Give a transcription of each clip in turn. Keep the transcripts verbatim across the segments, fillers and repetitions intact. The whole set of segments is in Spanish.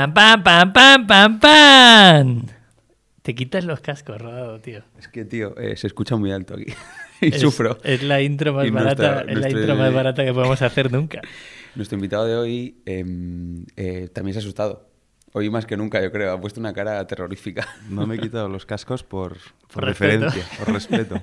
pam, pam, pam, pam, pam, pam. Te quitas los cascos, Rodado, tío. Es que, tío, eh, se escucha muy alto aquí. y es, sufro. Es la intro más y barata, nuestra, es la nuestro, intro más barata que podemos hacer nunca. Nuestro invitado de hoy eh, eh, también se ha asustado. Hoy más que nunca, yo creo. Ha puesto una cara terrorífica. No me he quitado los cascos por, por, por referencia, por respeto.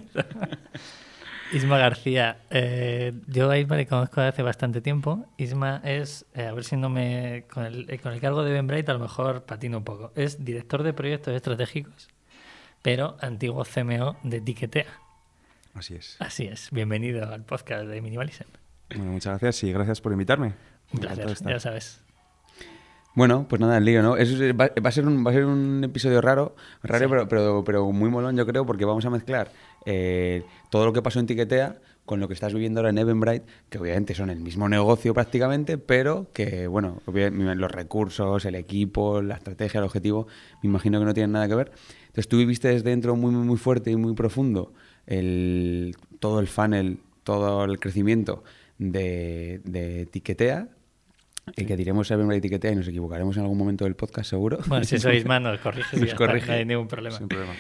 Isma García. Eh, yo a Isma le conozco desde hace bastante tiempo. Isma es, eh, a ver si no me... Con el, eh, con el cargo de Eventbrite a lo mejor patino un poco. Es director de proyectos estratégicos, pero antiguo C M O de Tiquetea. Así es. Así es. Bienvenido al podcast de Minimalism. Bueno, muchas gracias y gracias por invitarme. Un placer, ya sabes. Bueno, pues nada, el lío, ¿no? Eso es, va, va, a ser un, va a ser un episodio raro, raro sí. pero, pero, pero muy molón, yo creo, porque vamos a mezclar eh, todo lo que pasó en Tiquetea con lo que estás viviendo ahora en Eventbrite, que obviamente son el mismo negocio prácticamente, pero que, bueno, los recursos, el equipo, la estrategia, el objetivo, me imagino que no tienen nada que ver. Entonces tú viviste desde dentro muy, muy, muy fuerte y muy profundo el, todo el funnel, todo el crecimiento de, de Tiquetea. Y que diremos Eventbrite y Tiquetea y nos equivocaremos en algún momento del podcast, seguro. Bueno, si sois más, nos corrige. Nos corrige. No hay ningún problema. Sin problema.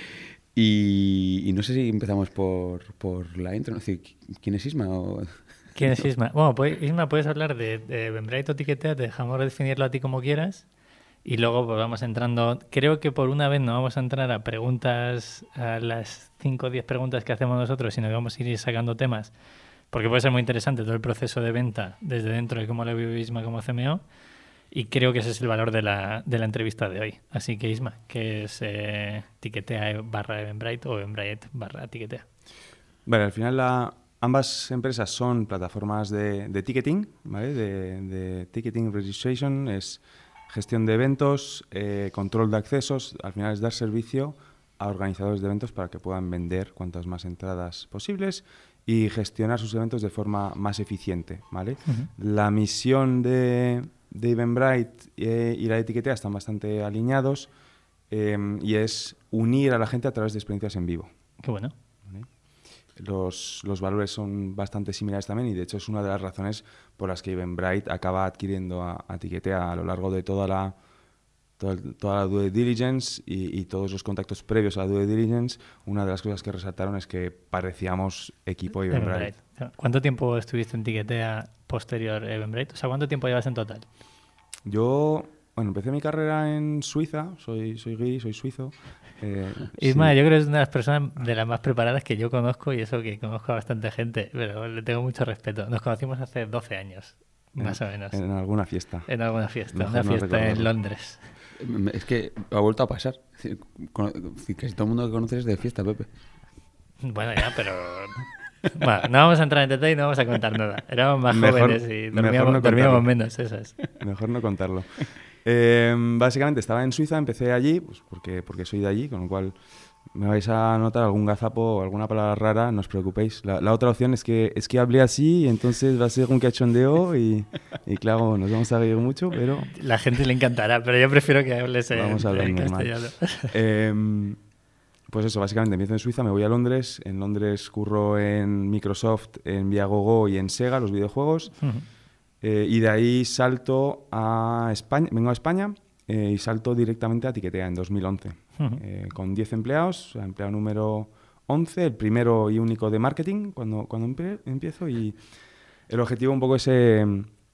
Y, y no sé si empezamos por, por la intro. ¿No? ¿Quién es Isma? O... ¿Quién es Isma? Bueno, pues, Isma, puedes hablar de, de Eventbrite o Tiquetea, te dejamos definirlo a ti como quieras. Y luego pues vamos entrando. Creo que por una vez no vamos a entrar a preguntas, a las cinco o diez preguntas que hacemos nosotros, sino que vamos a ir sacando temas. Porque puede ser muy interesante todo el proceso de venta desde dentro de cómo lo vive Isma como C M O. Y creo que ese es el valor de la, de la entrevista de hoy. Así que, Isma, ¿qué es eh, Tiquetea barra Eventbrite o Eventbrite barra Tiquetea? Vale, al final la, ambas empresas son plataformas de, de ticketing, ¿vale? De, de ticketing registration, es gestión de eventos, eh, control de accesos. Al final es dar servicio a organizadores de eventos para que puedan vender cuantas más entradas posibles y gestionar sus eventos de forma más eficiente, ¿vale? Uh-huh. La misión de, de Eventbrite eh, y la de Tiquetea están bastante alineados eh, y es unir a la gente a través de experiencias en vivo. Qué bueno. ¿Vale? Los, los valores son bastante similares también y de hecho es una de las razones por las que Eventbrite acaba adquiriendo a, a Tiquetea a lo largo de toda la Toda, toda la due diligence y, y todos los contactos previos a la due diligence. Una de las cosas que resaltaron es que parecíamos equipo Eventbrite. ¿Cuánto tiempo estuviste en Tiquetea posterior a Eventbrite? O sea, ¿cuánto tiempo llevas en total? Yo, bueno, empecé mi carrera en Suiza. Soy, soy gay, soy suizo. Eh, Isma, sí. Yo creo que es una de las personas de las más preparadas que yo conozco y eso que conozco a bastante gente, pero le tengo mucho respeto. Nos conocimos hace doce años, más en, o menos. En alguna fiesta. En alguna fiesta, Mejor una no fiesta recordarlo. en Londres. Es que ha vuelto a pasar. Casi todo el mundo que conoces es de fiesta, Pepe. Bueno, ya, pero... Bueno, no vamos a entrar en detalle y no vamos a contar nada. Éramos más mejor, jóvenes y dormíamos, no dormíamos menos, eso es. Mejor no contarlo. Eh, básicamente estaba en Suiza, empecé allí, pues porque, porque soy de allí, con lo cual me vais a notar algún gazapo o alguna palabra rara, no os preocupéis. La, la otra opción es que es que hablé así y entonces va a ser un cachondeo y, y claro, nos vamos a reír mucho, pero... La gente le encantará, pero yo prefiero que hables en, vamos a hablar en normal. castellano. Eh, pues eso, básicamente empiezo en Suiza, me voy a Londres. En Londres curro en Microsoft, en Viagogo y en Sega, los videojuegos. Uh-huh. Eh, y de ahí salto a España, vengo a España eh, y salto directamente a Tiquetea en dos mil once. Uh-huh. Eh, con diez empleados, empleado número once, el primero y único de marketing cuando, cuando empie- empiezo. Y el objetivo un poco es eh,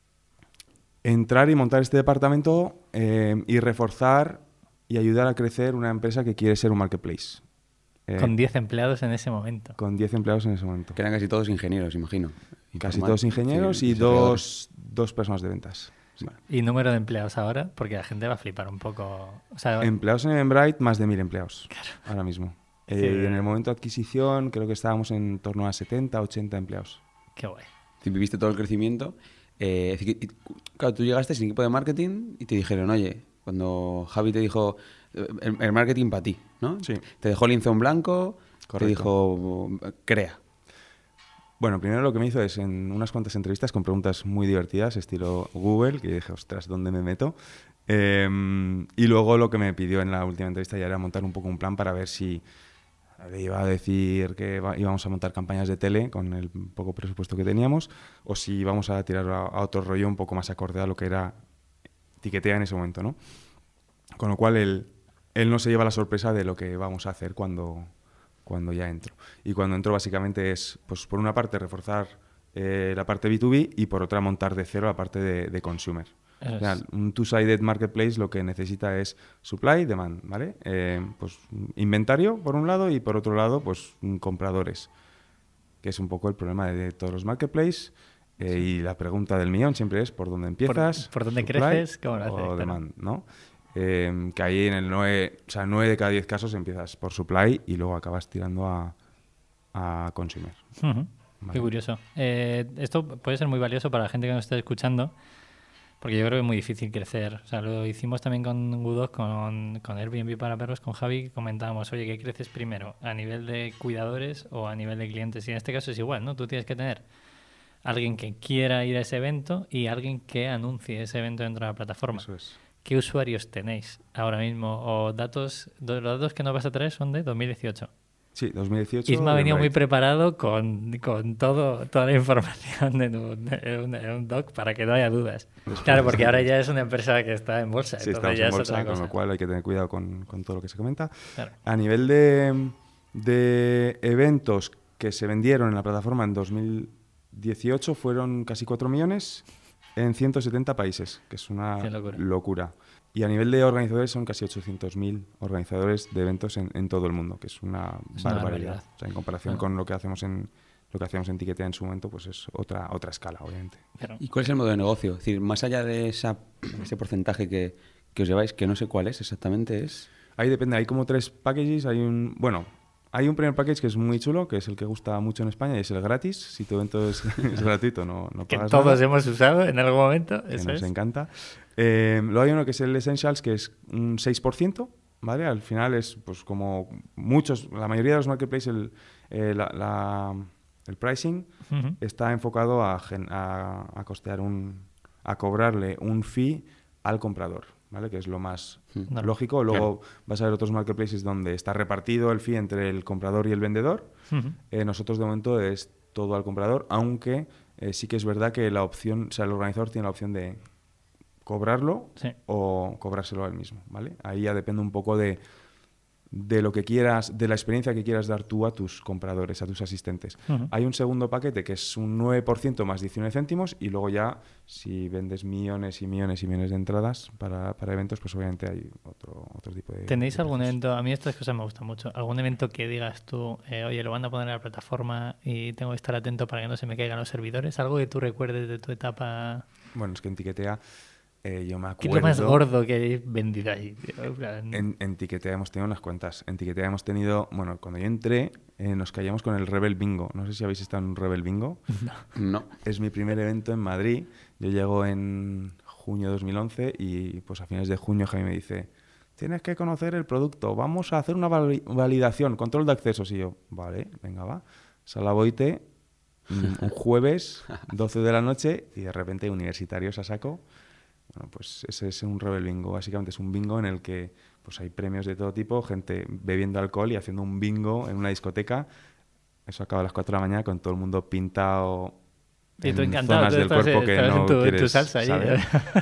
entrar y montar este departamento eh, y reforzar y ayudar a crecer una empresa que quiere ser un marketplace. Eh, con diez empleados en ese momento. Con diez empleados en ese momento. Que eran casi todos ingenieros, imagino. Casi todos ingenieros sí, y dos, dos personas de ventas. Vale. ¿Y número de empleados ahora? Porque la gente va a flipar un poco. O sea, empleados en Eventbrite, más de mil empleados. Claro. Ahora mismo. Sí, eh, en el momento de adquisición creo que estábamos en torno a setenta, ochenta empleados. Qué guay. Si viviste todo el crecimiento. Eh, claro, tú llegaste sin equipo de marketing y te dijeron, oye, cuando Javi te dijo el, el marketing para ti, ¿no? Sí. Te dejó el lienzo en blanco, correcto. Te dijo, crea. Bueno, primero lo que me hizo es en unas cuantas entrevistas con preguntas muy divertidas, estilo Google, que dije, ostras, ¿dónde me meto? Eh, y luego lo que me pidió en la última entrevista ya era montar un poco un plan para ver si le iba a decir que íbamos a montar campañas de tele con el poco presupuesto que teníamos o si íbamos a tirar a, a otro rollo un poco más acorde a lo que era Tiquetea en ese momento, ¿no? Con lo cual él, él no se lleva la sorpresa de lo que vamos a hacer cuando, cuando ya entro. Y cuando entro básicamente es, pues por una parte, reforzar eh, la parte B dos B y por otra montar de cero la parte de, de consumer. O sea, un two-sided marketplace lo que necesita es supply, demand, ¿vale? Eh, pues inventario por un lado y por otro lado, pues compradores, que es un poco el problema de, de todos los marketplaces. Eh, sí. Y la pregunta del millón siempre es ¿por dónde empiezas? ¿Por, por dónde supply, creces? ¿Cómo lo haces? O Claro. demand, ¿no? Eh, que ahí en el nueve, o sea, nueve de cada diez casos empiezas por supply y luego acabas tirando a, a consumer. Uh-huh. Vale. Qué curioso. Eh, esto puede ser muy valioso para la gente que nos esté escuchando, porque yo creo que es muy difícil crecer. O sea, lo hicimos también con Good, con, con Airbnb para perros, con Javi, que comentábamos, oye, ¿qué creces primero? ¿A nivel de cuidadores o a nivel de clientes? Y en este caso es igual, ¿no? Tú tienes que tener alguien que quiera ir a ese evento y alguien que anuncie ese evento dentro de la plataforma. Eso es. ¿Qué usuarios tenéis ahora mismo? O datos, los datos que nos vas a traer son de dos mil dieciocho. Sí, dos mil dieciocho. Isma ha venido muy preparado con, con todo, toda la información en un, en, un, en un doc para que no haya dudas. Después, claro, porque ahora ya es una empresa que está en bolsa. Sí, entonces estamos ya en es bolsa, otra con cosa. lo cual hay que tener cuidado con, con todo lo que se comenta. Claro. A nivel de, de eventos que se vendieron en la plataforma en dos mil dieciocho fueron casi cuatro millones en ciento setenta países, que es una locura. locura. Y a nivel de organizadores son casi ochocientos mil organizadores de eventos en, en todo el mundo, que es una es barbaridad. Una barbaridad. O sea, en comparación bueno. con lo que hacemos en lo que hacíamos en Tiquetea en su momento, pues es otra otra escala, obviamente. Pero... ¿Y cuál es el modo de negocio? Es decir, más allá de esa, ese porcentaje que, que os lleváis, que no sé cuál es exactamente, es... Ahí depende, hay como tres packages, hay un... Bueno, hay un primer package que es muy chulo, que es el que gusta mucho en España, y es el gratis. Si tu evento es, es gratuito, no, no que pagas todos nada. hemos usado en algún momento. Que eso nos es. encanta. Eh, luego hay uno que es el Essentials, que es un seis por ciento, ¿vale? Al final es, pues como muchos, la mayoría de los marketplaces, el, eh, la, la, el pricing uh-huh. está enfocado a, gen, a, a costear un... a cobrarle un fee al comprador, ¿vale? Que es lo más no. lógico. Luego claro. vas a ver otros marketplaces donde está repartido el fee entre el comprador y el vendedor. Uh-huh. Eh, nosotros de momento es todo al comprador, aunque eh, sí que es verdad que la opción, o sea, el organizador tiene la opción de cobrarlo sí. o cobrárselo a él mismo, ¿vale? Ahí ya depende un poco de, de lo que quieras, de la experiencia que quieras dar tú a tus compradores, a tus asistentes. Uh-huh. Hay un segundo paquete que es un nueve por ciento más diecinueve céntimos y luego ya, si vendes millones y millones y millones de entradas para, para eventos, pues obviamente hay otro, otro tipo de... ¿Tenéis de algún precios. evento? A mí estas cosas me gustan mucho. ¿Algún evento que digas tú, eh, oye, lo van a poner en la plataforma y tengo que estar atento para que no se me caigan los servidores? ¿Algo que tú recuerdes de tu etapa? Bueno, es que en Tiquetea eh, yo me acuerdo... ¿Qué es lo más gordo que hayáis vendido ahí? Tío? En, en Tiquetea hemos tenido unas cuentas. En Tiquetea hemos tenido... Bueno, cuando yo entré, eh, nos callamos con el Rebel Bingo. No sé si habéis estado en un Rebel Bingo. No. No. Es mi primer evento en Madrid. Yo llego en junio de dos mil once y pues a fines de junio Jaime me dice... Tienes que conocer el producto. Vamos a hacer una validación, control de accesos. Y yo, vale, venga, va. Sala Boite, un jueves, doce de la noche, y de repente universitarios a saco. Bueno, pues ese es un Rebel Bingo. Básicamente es un bingo en el que pues hay premios de todo tipo, gente bebiendo alcohol y haciendo un bingo en una discoteca. Eso acaba a las cuatro de la mañana con todo el mundo pintado y tú en encantado, zonas tú del cuerpo que no tu, quieres tu salsa allí, saber.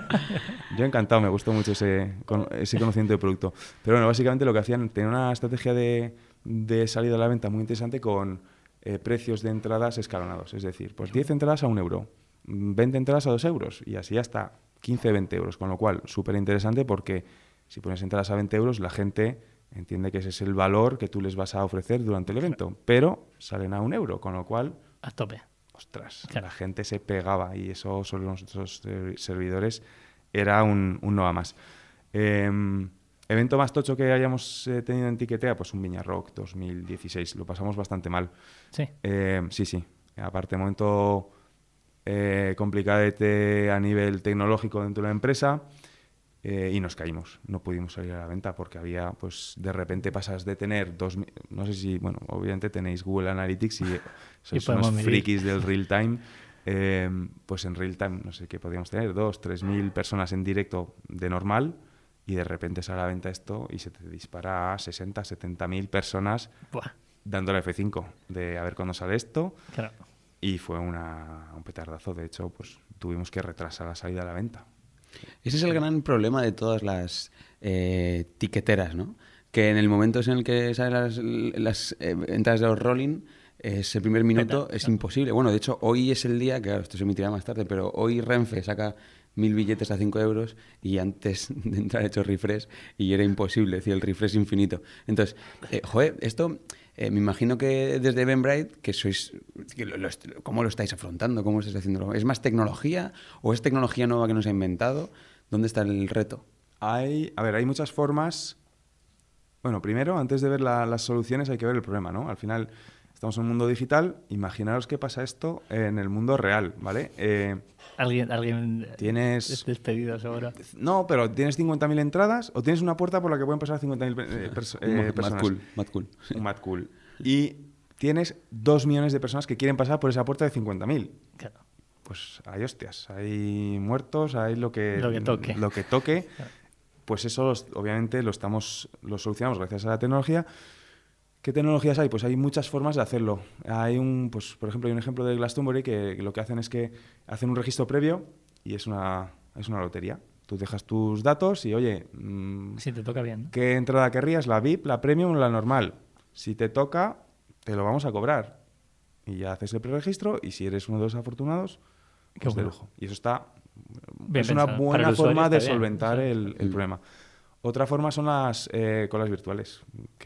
Yo encantado, me gustó mucho ese, ese conocimiento de producto. Pero bueno, básicamente lo que hacían, tenían una estrategia de, de salida a la venta muy interesante con eh, precios de entradas escalonados. Es decir, pues diez entradas a un euro, veinte entradas a dos euros y así hasta quince, veinte euros. Con lo cual, súper interesante porque si pones entradas a veinte euros, la gente entiende que ese es el valor que tú les vas a ofrecer durante el evento. Pero salen a un euro, con lo cual... A tope. Ostras, claro. La gente se pegaba y eso sobre nuestros servidores era un, un no a más. Eh, evento más tocho que hayamos eh, tenido en Tiquetea, pues un Viña Rock dos mil dieciséis. Lo pasamos bastante mal. Sí. Eh, sí, sí. Aparte, momento eh, complicadete a nivel tecnológico dentro de la empresa eh, y nos caímos. No pudimos salir a la venta porque había, pues, de repente pasas de tener dos... No sé si, bueno, obviamente tenéis Google Analytics y sois unos frikis del real time. Eh, pues en real time, no sé qué podríamos tener, dos, tres mil personas en directo de normal y de repente sale a la venta esto y se te dispara a sesenta, setenta mil personas Buah. dándole F cinco de a ver cuándo sale esto. Claro. Y fue una, un petardazo. De hecho, pues tuvimos que retrasar la salida a la venta. Ese es el gran problema de todas las eh, tiqueteras, ¿no? Que en el momento en el que salen las, las eh, entradas de los rolling, es el primer minuto, es imposible. Bueno, de hecho, hoy es el día, que claro, esto se emitirá más tarde, pero hoy Renfe saca mil billetes a cinco euros y antes de entrar he hecho refresh y era imposible, es decir, el refresh infinito. Entonces, eh, joder, esto... Eh, me imagino que desde Eventbrite, que sois, que lo, lo, ¿cómo lo estáis afrontando? ¿Cómo estáis haciéndolo? ¿Es más tecnología o es tecnología nueva que nos ha inventado? ¿Dónde está el reto? Hay, a ver, hay muchas formas. Bueno, primero, antes de ver la, las soluciones hay que ver el problema, ¿no? Al final, estamos en un mundo digital. Imaginaros qué pasa esto en el mundo real, ¿vale? Eh, Alguien, alguien tienes... es despedido, seguro. No, pero tienes cincuenta mil entradas o tienes una puerta por la que pueden pasar cincuenta mil eh, perso eh, personas. Mad cool, mad cool. Un mad cool. Y tienes dos millones de personas que quieren pasar por esa puerta de cincuenta mil. Claro. Pues hay hostias, hay muertos, hay lo que, lo que toque. Lo que toque. Claro. Pues eso, obviamente, lo, estamos, lo solucionamos gracias a la tecnología. ¿Qué tecnologías hay? Pues hay muchas formas de hacerlo. Hay un, pues, por ejemplo, hay un ejemplo de Glastonbury que, que lo que hacen es que hacen un registro previo y es una, es una lotería. Tú dejas tus datos y, oye... Mmm, si te toca bien, ¿no? ¿Qué entrada querrías? ¿La V I P, la Premium o la normal? Si te toca, te lo vamos a cobrar. Y ya haces el preregistro y si eres uno de los afortunados, pues de lujo. Y eso está... Bien es una pensado. buena forma de bien, solventar sí. el, el problema. Otra forma son las eh, colas virtuales,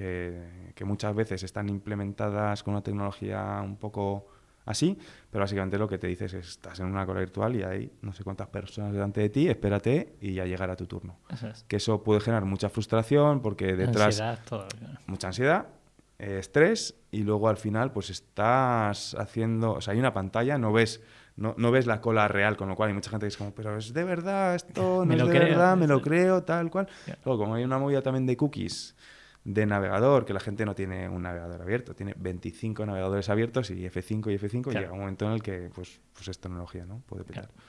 que, que muchas veces están implementadas con una tecnología un poco así, pero básicamente lo que te dices es estás en una cola virtual y hay no sé cuántas personas delante de ti, espérate y ya llegará tu turno. Eso es. Que eso puede generar mucha frustración porque detrás... Ansiedad, todo. Claro. Mucha ansiedad, eh, estrés y luego al final pues estás haciendo... O sea, hay una pantalla, no ves... No, no ves la cola real, con lo cual hay mucha gente que es como, pero es de verdad esto, no es de creo, verdad, me lo creo, tal cual. Yeah. Luego, como hay una movida también de cookies, de navegador, que la gente no tiene un navegador abierto, tiene veinticinco navegadores abiertos y F cinco y F cinco, claro. Y llega un momento en el que pues, pues es tecnología, ¿no? Puede petar. Claro.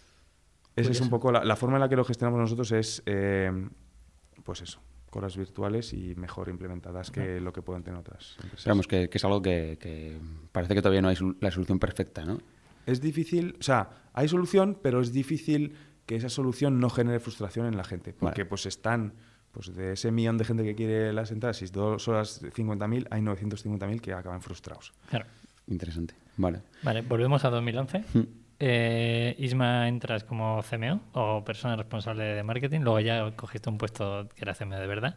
Esa es un poco la, la forma en la que lo gestionamos nosotros es, eh, pues eso, colas virtuales y mejor implementadas que claro. Lo que pueden tener otras empresas. Digamos que, que es algo que, que parece que todavía no hay la solución perfecta, ¿no? Es difícil, o sea, hay solución, pero es difícil que esa solución no genere frustración en la gente, porque vale. Pues están, pues de ese millón de gente que quiere las entradas, si dos horas cincuenta mil, hay novecientos cincuenta mil que acaban frustrados. Claro. Interesante. Vale. Vale, volvemos a dos mil once. Mm. Eh, Isma, entras como C M O o persona responsable de marketing, luego ya cogiste un puesto que era C M O de verdad.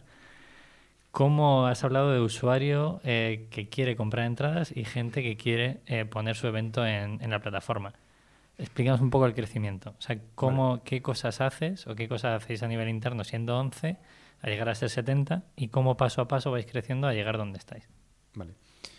¿Cómo has hablado de usuario eh, que quiere comprar entradas y gente que quiere eh, poner su evento en, en la plataforma? Explícanos un poco el crecimiento. O sea, cómo, vale. ¿Qué cosas haces o qué cosas hacéis a nivel interno siendo once a llegar a ser setenta y cómo paso a paso vais creciendo a llegar donde estáis? Vale.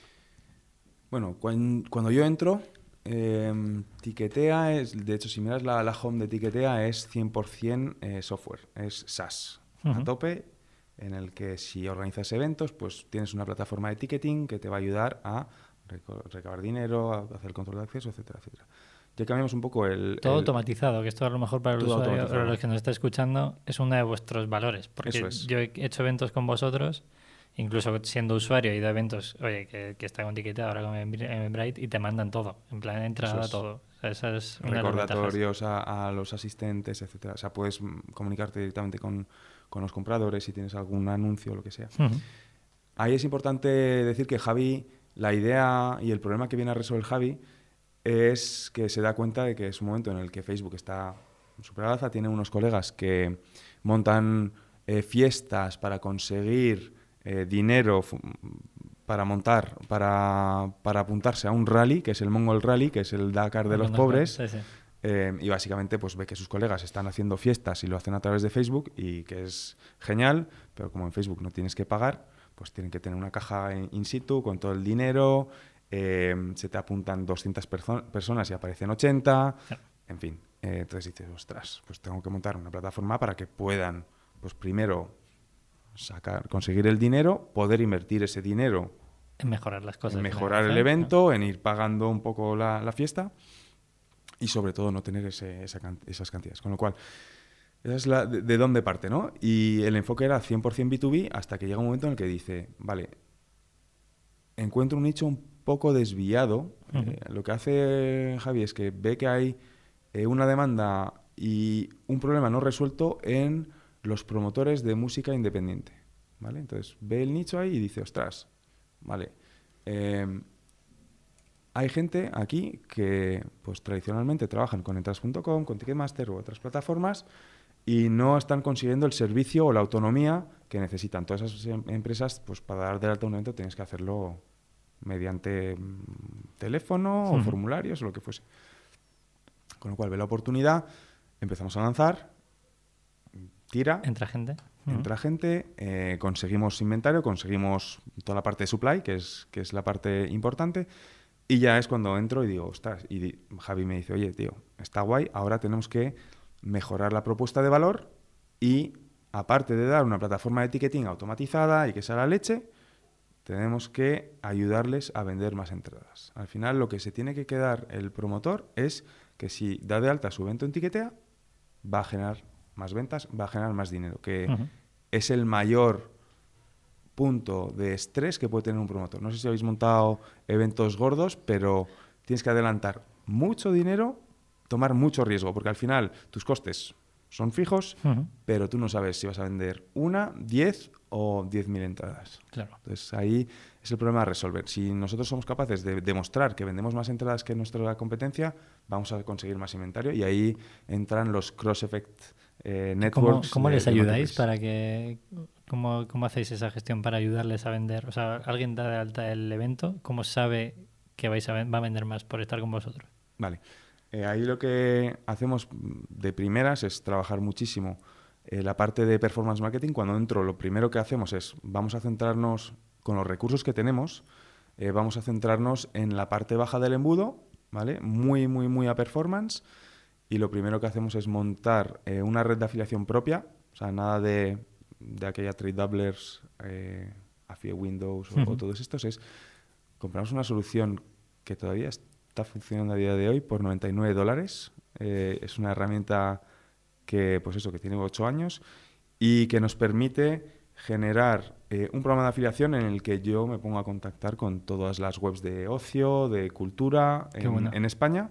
Bueno, cuando, cuando yo entro, eh, Tiquetea, es, de hecho, si miras la, la home de Tiquetea, es cien por ciento eh, software, es SaaS, uh-huh. A tope, en el que si organizas eventos, pues tienes una plataforma de ticketing que te va a ayudar a recabar dinero, a hacer el control de acceso, etcétera, etcétera. Ya cambiamos un poco el... Todo el... automatizado, que esto a lo mejor para el usuario o los que nos está escuchando es uno de vuestros valores. Porque Eso es. Yo he hecho eventos con vosotros, incluso siendo usuario, he ido a eventos, oye, que, que está con Tiquetea, ahora con Eventbrite, y te mandan todo, en plan, entrada, es. todo. O sea, esa es una recordatorios a, a los asistentes, etcétera. O sea, puedes comunicarte directamente con... con los compradores, si tienes algún anuncio o lo que sea. Uh-huh. Ahí es importante decir que Javi, la idea y el problema que viene a resolver Javi es que se da cuenta de que es un momento en el que Facebook está súper al alza, tiene unos colegas que montan eh, fiestas para conseguir eh, dinero f- para montar, para, para apuntarse a un rally, que es el Mongol Rally, que es el Dakar de los pobres. Sí, sí. Eh, y básicamente pues ve que sus colegas están haciendo fiestas y lo hacen a través de Facebook y que es genial, pero como en Facebook no tienes que pagar, pues tienen que tener una caja in, in situ con todo el dinero, eh, se te apuntan doscientas perso- personas y aparecen ochenta, sí. En fin. Eh, entonces dices, ostras, pues tengo que montar una plataforma para que puedan, pues primero sacar, conseguir el dinero, poder invertir ese dinero en mejorar las cosas, en mejorar el evento, ¿no? En ir pagando un poco la, la fiesta. Y sobre todo no tener ese, esa, esas cantidades. Con lo cual, esa es la, de, de dónde parte, ¿no? Y el enfoque era cien por ciento B dos B hasta que llega un momento en el que dice, vale, encuentro un nicho un poco desviado. Uh-huh. Eh, lo que hace Javi es que ve que hay eh, una demanda y un problema no resuelto en los promotores de música independiente, ¿vale? Entonces ve el nicho ahí y dice, ostras, vale, eh, hay gente aquí que pues tradicionalmente trabajan con entradas punto com, con Ticketmaster u otras plataformas y no están consiguiendo el servicio o la autonomía que necesitan. Todas esas em- empresas, pues para dar de alta un evento tienes que hacerlo mediante mm, teléfono o Ujú. formularios o lo que fuese. Con lo cual ve la oportunidad, empezamos a lanzar, tira, ¿Entra gente? Ujú. entra gente, eh, conseguimos inventario, conseguimos toda la parte de supply, que es, que es la parte importante, y ya es cuando entro y digo, ostras, y di- Javi me dice, oye, tío, está guay, ahora tenemos que mejorar la propuesta de valor y, aparte de dar una plataforma de ticketing automatizada y que sea la leche, tenemos que ayudarles a vender más entradas. Al final, lo que se tiene que quedar el promotor es que si da de alta su evento en Tiquetea, va a generar más ventas, va a generar más dinero, que Ujú. es el mayor punto de estrés que puede tener un promotor. No sé si habéis montado eventos gordos, pero tienes que adelantar mucho dinero, tomar mucho riesgo, porque al final tus costes son fijos, Ujú. pero tú no sabes si vas a vender una, diez o diez mil entradas. Claro. Entonces ahí es el problema a resolver. Si nosotros somos capaces de demostrar que vendemos más entradas que nuestra competencia, vamos a conseguir más inventario y ahí entran los cross-effect eh, ¿Cómo, networks. cómo de- les de ayudáis marketplace. para que... Cómo, ¿Cómo hacéis esa gestión para ayudarles a vender? O sea, alguien da de alta el evento, ¿cómo sabe que vais a ven- va a vender más por estar con vosotros? Vale. Eh, ahí lo que hacemos de primeras es trabajar muchísimo eh, la parte de performance marketing. Cuando entro, lo primero que hacemos es, vamos a centrarnos con los recursos que tenemos, eh, vamos a centrarnos en la parte baja del embudo, ¿vale? Muy, muy, muy a performance. Y lo primero que hacemos es montar eh, una red de afiliación propia, o sea, nada de, de aquella trade doublers, eh, Affiliate Windows o, Ujú. o todos estos, es compramos una solución que todavía está funcionando a día de hoy por noventa y nueve dólares. Eh, es una herramienta que, pues eso, que tiene ocho años y que nos permite generar eh, un programa de afiliación en el que yo me pongo a contactar con todas las webs de ocio, de cultura Qué en, bueno. en España,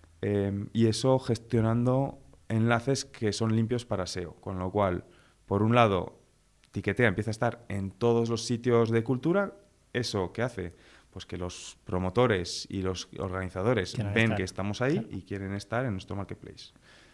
eh, y eso gestionando enlaces que son limpios para S E O. Con lo cual, por un lado, Tiquetea empieza a estar en todos los sitios de cultura. ¿Eso qué hace? Pues que los promotores y los organizadores Quieren ven estar. que estamos ahí Claro. y quieren estar en nuestro marketplace.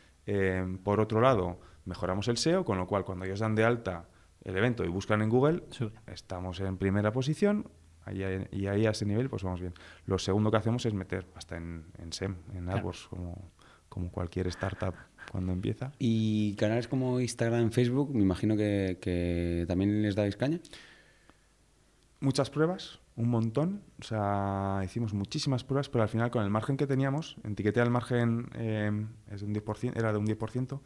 Eh, por otro lado, mejoramos el S E O, con lo cual cuando ellos dan de alta el evento y buscan en Google, Sube. estamos en primera posición ahí, y ahí a ese nivel pues vamos bien. Lo segundo que hacemos es meter hasta en, en S E M, en Claro. AdWords, como, como cualquier startup cuando empieza. Y canales como Instagram, Facebook, me imagino que, que también les dais caña. Muchas pruebas, un montón, o sea, hicimos muchísimas pruebas, pero al final con el margen que teníamos, en Tiquetea el margen eh, es de un diez por ciento, era de un diez por ciento,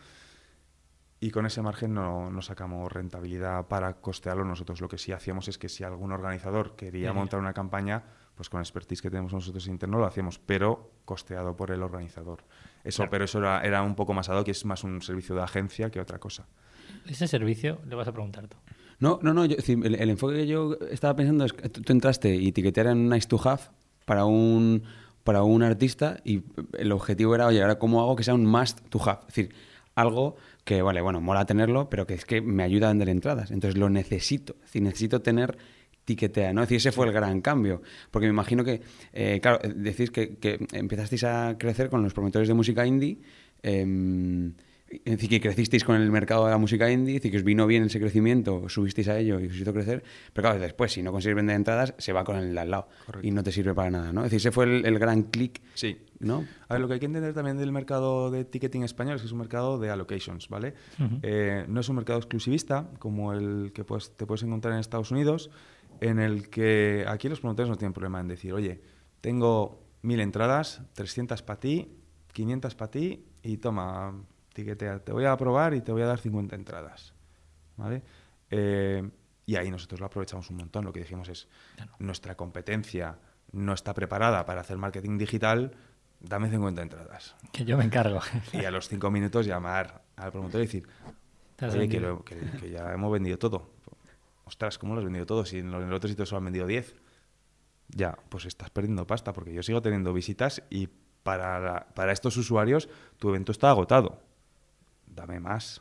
y con ese margen no, no sacamos rentabilidad para costearlo nosotros. Lo que sí hacíamos es que si algún organizador quería Bien. montar una campaña, pues con el expertise que tenemos nosotros interno lo hacíamos, pero costeado por el organizador. Eso, Claro. pero eso era, era un poco más ad hoc, y es más un servicio de agencia que otra cosa. Ese servicio le vas a preguntar tú. No, no, no. Yo, es decir, el, el enfoque que yo estaba pensando es que tú, tú entraste y etiquetar en nice to have para un, para un artista y el objetivo era, oye, ahora cómo hago que sea un must to have. Es decir, algo que, vale, bueno, mola tenerlo, pero que es que me ayuda a vender entradas. Entonces lo necesito. Es decir, necesito tener Tiquetea, ¿no? Es decir, ese fue el gran cambio. Porque me imagino que, eh, claro, decís que, que empezasteis a crecer con los promotores de música indie. Eh, Es decir, que crecisteis con el mercado de la música indie, es decir, que os vino bien ese crecimiento, subisteis a ello y os hizo crecer, pero claro, después, si no consigues vender entradas, se va con el de al lado. Correcto. Y no te sirve para nada, ¿no? Es decir, ese fue el, el gran clic, Sí. ¿no? A ver, lo que hay que entender también del mercado de ticketing español es que es un mercado de allocations, ¿vale? Ujú. Eh, no es un mercado exclusivista como el que puedes, te puedes encontrar en Estados Unidos, en el que aquí los promotores no tienen problema en decir, oye, tengo mil entradas, trescientas para ti, quinientas para ti y toma, tiquetea, te voy a probar y te voy a dar cincuenta entradas, ¿vale? Eh, y ahí nosotros lo aprovechamos un montón. Lo que dijimos es, Claro. nuestra competencia no está preparada para hacer marketing digital, dame cincuenta entradas. Que yo me encargo. Y a los cinco minutos llamar al promotor y decir, Te has oye, que, vendido. lo- que- que ya hemos vendido todo. Ostras, ¿cómo lo has vendido todo? Si en los- en el otro sitio solo han vendido diez. Ya, pues estás perdiendo pasta, porque yo sigo teniendo visitas y para, la- para estos usuarios tu evento está agotado. Dame más. Claro.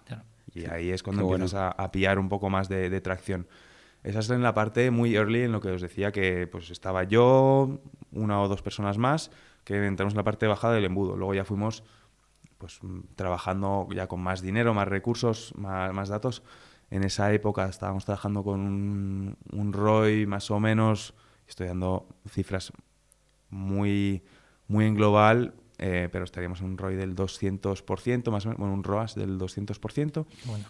Y ahí es cuando Qué empiezas bueno. a, a pillar un poco más de, de tracción. Esa es en la parte muy early, en lo que os decía que pues estaba yo, una o dos personas más, que entramos en la parte de bajada del embudo. Luego ya fuimos pues trabajando ya con más dinero, más recursos, más, más datos. En esa época estábamos trabajando con un, un R O I más o menos, estoy dando cifras muy, muy en global, eh, pero estaríamos en un R O I del doscientos por ciento, más o menos, bueno, un R O A S del doscientos por ciento. Bueno.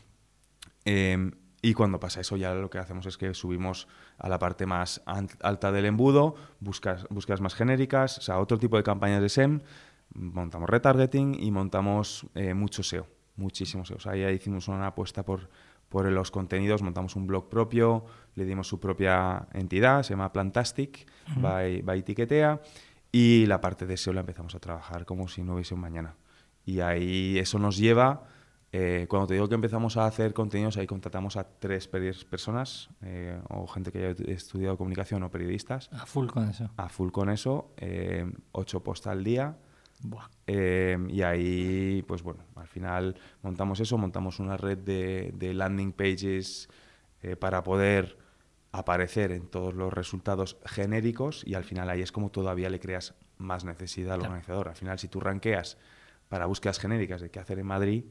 Eh, y cuando pasa eso ya lo que hacemos es que subimos a la parte más alta del embudo, buscas, búsquedas más genéricas, o sea, otro tipo de campañas de S E M, montamos retargeting y montamos eh, mucho S E O, muchísimo S E O. O sea, ya hicimos una apuesta por, por los contenidos, montamos un blog propio, le dimos su propia entidad, se llama Plantastic, uh-huh. by, by Tiquetea, y la parte de S E O la empezamos a trabajar como si no hubiese un mañana. Y ahí eso nos lleva... Eh, cuando te digo que empezamos a hacer contenidos, ahí contratamos a tres personas, eh, o gente que haya estudiado comunicación o periodistas. A full con eso. A full con eso, eh, ocho posts al día. Buah. Eh, y ahí, pues bueno, al final montamos eso, montamos una red de, de landing pages eh, para poder aparecer en todos los resultados genéricos, y al final ahí es como todavía le creas más necesidad al claro. organizador. Al final, si tú rankeas para búsquedas genéricas de qué hacer en Madrid,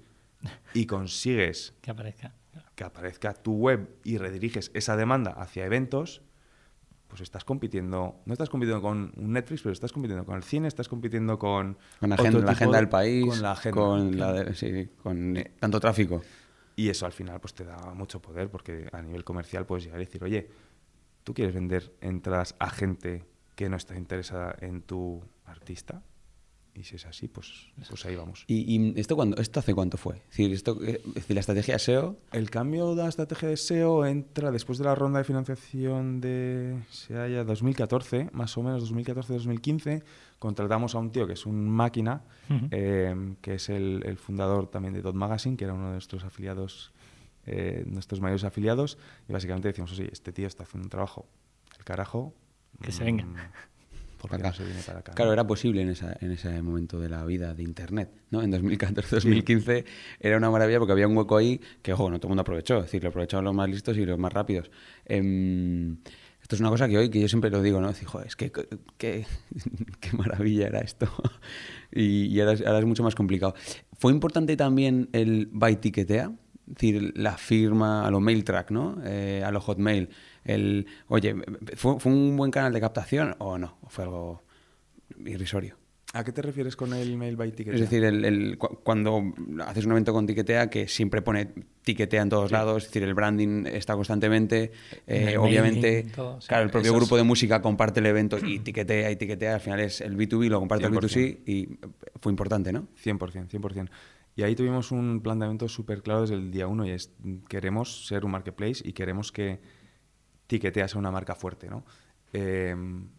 y consigues que aparezca. Claro. que aparezca tu web y rediriges esa demanda hacia eventos, pues estás compitiendo, no estás compitiendo con un Netflix, pero estás compitiendo con el cine, estás compitiendo con... Con la agenda, la agenda de, del país, con, la agenda, con, la de, sí, con eh, tanto tráfico. Y eso al final pues te da mucho poder, porque a nivel comercial puedes llegar y decir, oye, ¿tú quieres vender entradas a gente que no está interesada en tu artista? Y si es así, pues, pues ahí vamos. ¿Y, y esto cuándo, esto hace cuánto fue? Es decir, esto, es decir, la estrategia de S E O... El cambio de la estrategia de S E O entra después de la ronda de financiación de SEAIA dos mil catorce, más o menos dos mil catorce dos mil quince. Contratamos a un tío que es un máquina, uh-huh. eh, que es el, el fundador también de Dot Magazine, que era uno de nuestros afiliados, eh, nuestros mayores afiliados. Y básicamente decimos, oye, este tío está haciendo un trabajo, el carajo... Que mmm, se venga. ¿Por qué no se viene para acá? Claro, ¿no? era posible en, esa, en ese momento de la vida de Internet, ¿no? En dos mil catorce dos mil quince sí. Era una maravilla porque había un hueco ahí que, ojo, no todo el mundo aprovechó. Es decir, lo aprovecharon los más listos y los más rápidos. Eh, esto es una cosa que hoy, que yo siempre lo digo, ¿no? Es decir, joder, es que qué maravilla era esto. y y ahora, es, ahora es mucho más complicado. ¿Fue importante también el by Tiquetea? Es decir, la firma a lo MailTrack, ¿no? Eh, a lo Hotmail. El, oye, ¿fue, ¿fue un buen canal de captación o no? ¿O fue algo irrisorio? ¿A qué te refieres con el mail by Tiquetea? Es decir, el, el, cuando haces un evento con Tiquetea, que siempre pone Tiquetea en todos sí. lados, es decir, el branding está constantemente, eh, el obviamente, mailing, todo, sí. Claro, el propio Eso grupo es... de música comparte el evento y Tiquetea y Tiquetea, al final es el B dos B, lo comparte el B dos C y fue importante, ¿no? cien por ciento, cien por ciento. Y ahí tuvimos un planteamiento súper claro desde el día uno, y es, queremos ser un marketplace y queremos que Tiquetea sea una marca fuerte, ¿no? Eh,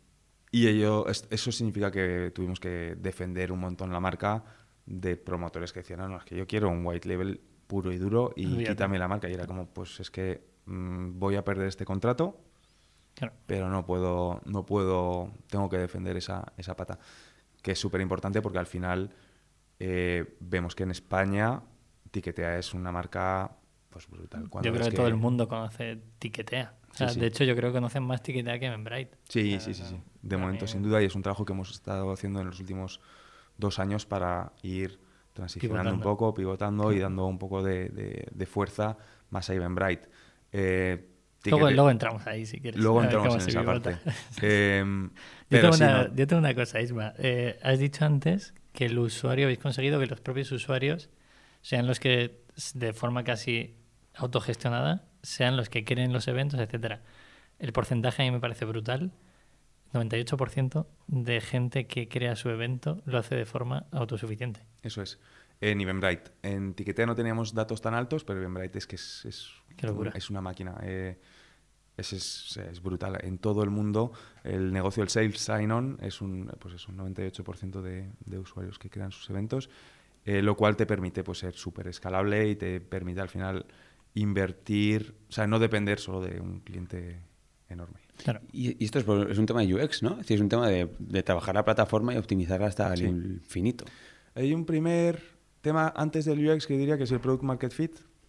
y ello, eso significa que tuvimos que defender un montón la marca de promotores que decían, no, no, es que yo quiero un white label puro y duro y Olvídate. Quítame la marca. Y era como, pues es que mmm, voy a perder este contrato, claro. pero no puedo, no puedo, tengo que defender esa, esa pata, que es súper importante porque al final... Eh, vemos que en España Tiquetea es una marca pues brutal. Cuando yo creo que, que todo el mundo conoce Tiquetea. O sea, sí, sí. De hecho, yo creo que conocen más Tiquetea que Eventbrite. Sí, o sea, sí, sí, sí. De momento, mí... sin duda, y es un trabajo que hemos estado haciendo en los últimos dos años para ir transicionando pivotando. un poco, pivotando sí. y dando un poco de, de, de fuerza más a Eventbrite. Eh, Luego, luego entramos ahí, si quieres. Luego entramos en esa parte. eh, yo, pero tengo sí, una, no. yo tengo una cosa, Isma. Eh, has dicho antes que el usuario, habéis conseguido que los propios usuarios sean los que, de forma casi autogestionada, sean los que creen los eventos, etcétera. El porcentaje a mí me parece brutal. noventa y ocho por ciento de gente que crea su evento lo hace de forma autosuficiente. Eso es. En Eventbrite. En Tiquetea no teníamos datos tan altos, pero Eventbrite es que es, es, Qué locura. es una máquina. Eh, es, es, es brutal. En todo el mundo, el negocio del Sales Sign-On es un, pues es un noventa y ocho por ciento de, de usuarios que crean sus eventos, eh, lo cual te permite pues, ser súper escalable y te permite al final invertir, o sea, no depender solo de un cliente enorme. Claro. Y, y esto es, es un tema de U X, ¿no? Es decir, es un tema de, de trabajar la plataforma y optimizarla hasta sí. el infinito. Hay un primer tema antes del U X que diría que es el Product Market Fit,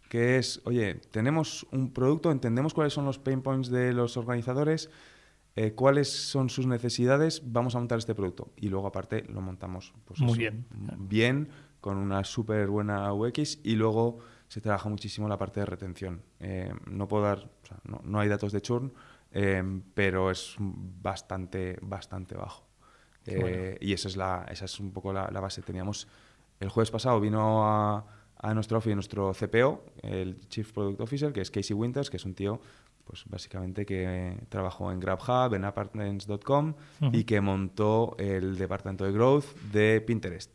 que es, oye, tenemos un producto, entendemos cuáles son los pain points de los organizadores, eh, cuáles son sus necesidades, vamos a montar este producto. Y luego, aparte, lo montamos pues, muy eso, bien. bien, con una súper buena U X, y luego se trabaja muchísimo la parte de retención. Eh, no puedo dar, o sea, no, no hay datos de churn, eh, pero es bastante, bastante bajo. Eh, bueno. Y esa es, la, esa es un poco la, la base. Teníamos, el jueves pasado vino a, a nuestro office nuestro C P O, el Chief Product Officer, que es Casey Winters, que es un tío, pues básicamente que trabajó en GrabHub, en apartments punto com, uh-huh. y que montó el departamento de growth de Pinterest.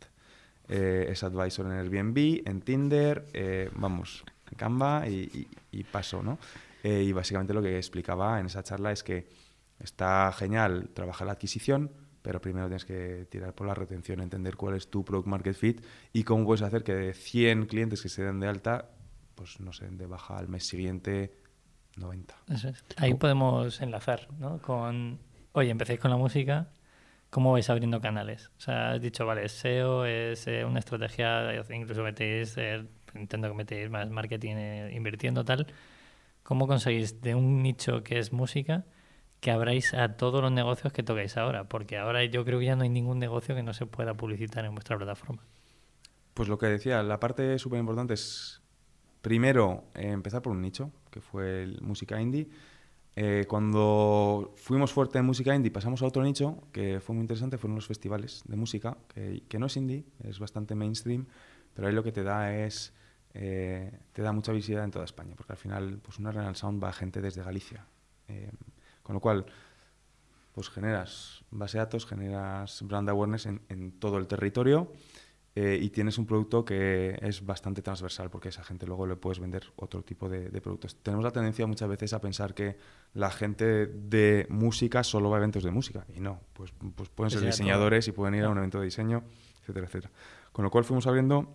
Eh, es advisor en Airbnb, en Tinder, eh, vamos, en Canva y, y, y paso, ¿no? Eh, y básicamente lo que explicaba en esa charla es que está genial trabajar la adquisición, pero primero tienes que tirar por la retención, entender cuál es tu product market fit y cómo puedes hacer que de cien clientes que se den de alta, pues no sé, de baja al mes siguiente noventa. Eso es. Ahí oh. podemos enlazar, ¿no? Con, oye, empecéis con la música, ¿cómo vais abriendo canales? O sea, has dicho, vale, S E O es eh, una estrategia, incluso metéis, eh, intento que metéis más marketing eh, invirtiendo tal. ¿Cómo conseguís de un nicho que es música que abráis a todos los negocios que toquéis ahora? Porque ahora yo creo que ya no hay ningún negocio que no se pueda publicitar en vuestra plataforma. Pues lo que decía, la parte súper importante es, primero, eh, empezar por un nicho, que fue el música indie. Eh, cuando fuimos fuerte en música indie, pasamos a otro nicho, que fue muy interesante, fueron los festivales de música, que, que no es indie, es bastante mainstream, pero ahí lo que te da es... Eh, te da mucha visibilidad en toda España, porque al final pues una Renal Sound va a gente desde Galicia. Eh, con lo cual, pues generas base de datos, generas brand awareness en, en todo el territorio eh, y tienes un producto que es bastante transversal, porque a esa gente luego le puedes vender otro tipo de, de productos. Tenemos la tendencia muchas veces a pensar que la gente de música solo va a eventos de música, y no, pues, pues pueden ser diseñadores y pueden ir a un evento de diseño, etcétera, etcétera. Con lo cual fuimos abriendo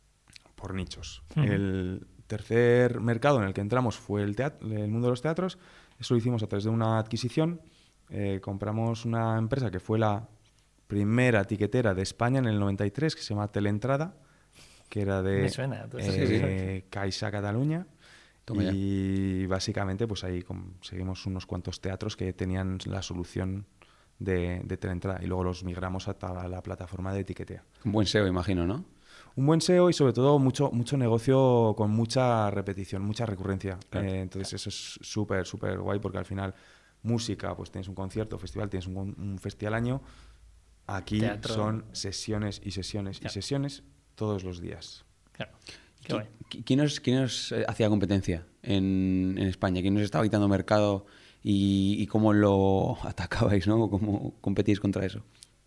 por nichos. Uh-huh. El tercer mercado en el que entramos fue el, teatro, el mundo de los teatros. Eso lo hicimos a través de una adquisición. Eh, compramos una empresa que fue la primera tiquetera de España en el noventa y tres, que se llama Teleentrada, que era de suena, eh, Caixa Cataluña. Toma y ya. Básicamente pues ahí conseguimos unos cuantos teatros que tenían la solución de, de Teleentrada, y luego los migramos a, a la plataforma de Tiquetea. Un buen S E O, imagino, ¿no? Un buen S E O y sobre todo mucho mucho negocio con mucha repetición, mucha recurrencia. Claro, eh, entonces claro. Eso es súper, súper guay, porque al final música, pues tienes un concierto, festival, tienes un, un festival al año. Aquí Teatro. Son sesiones y sesiones claro. y sesiones todos los días. Claro. Qué guay. ¿Quién os, quién os hacía competencia en, en España? ¿Quién os estaba quitando mercado y, y cómo lo atacabais, ¿no? ¿Cómo competíais contra eso?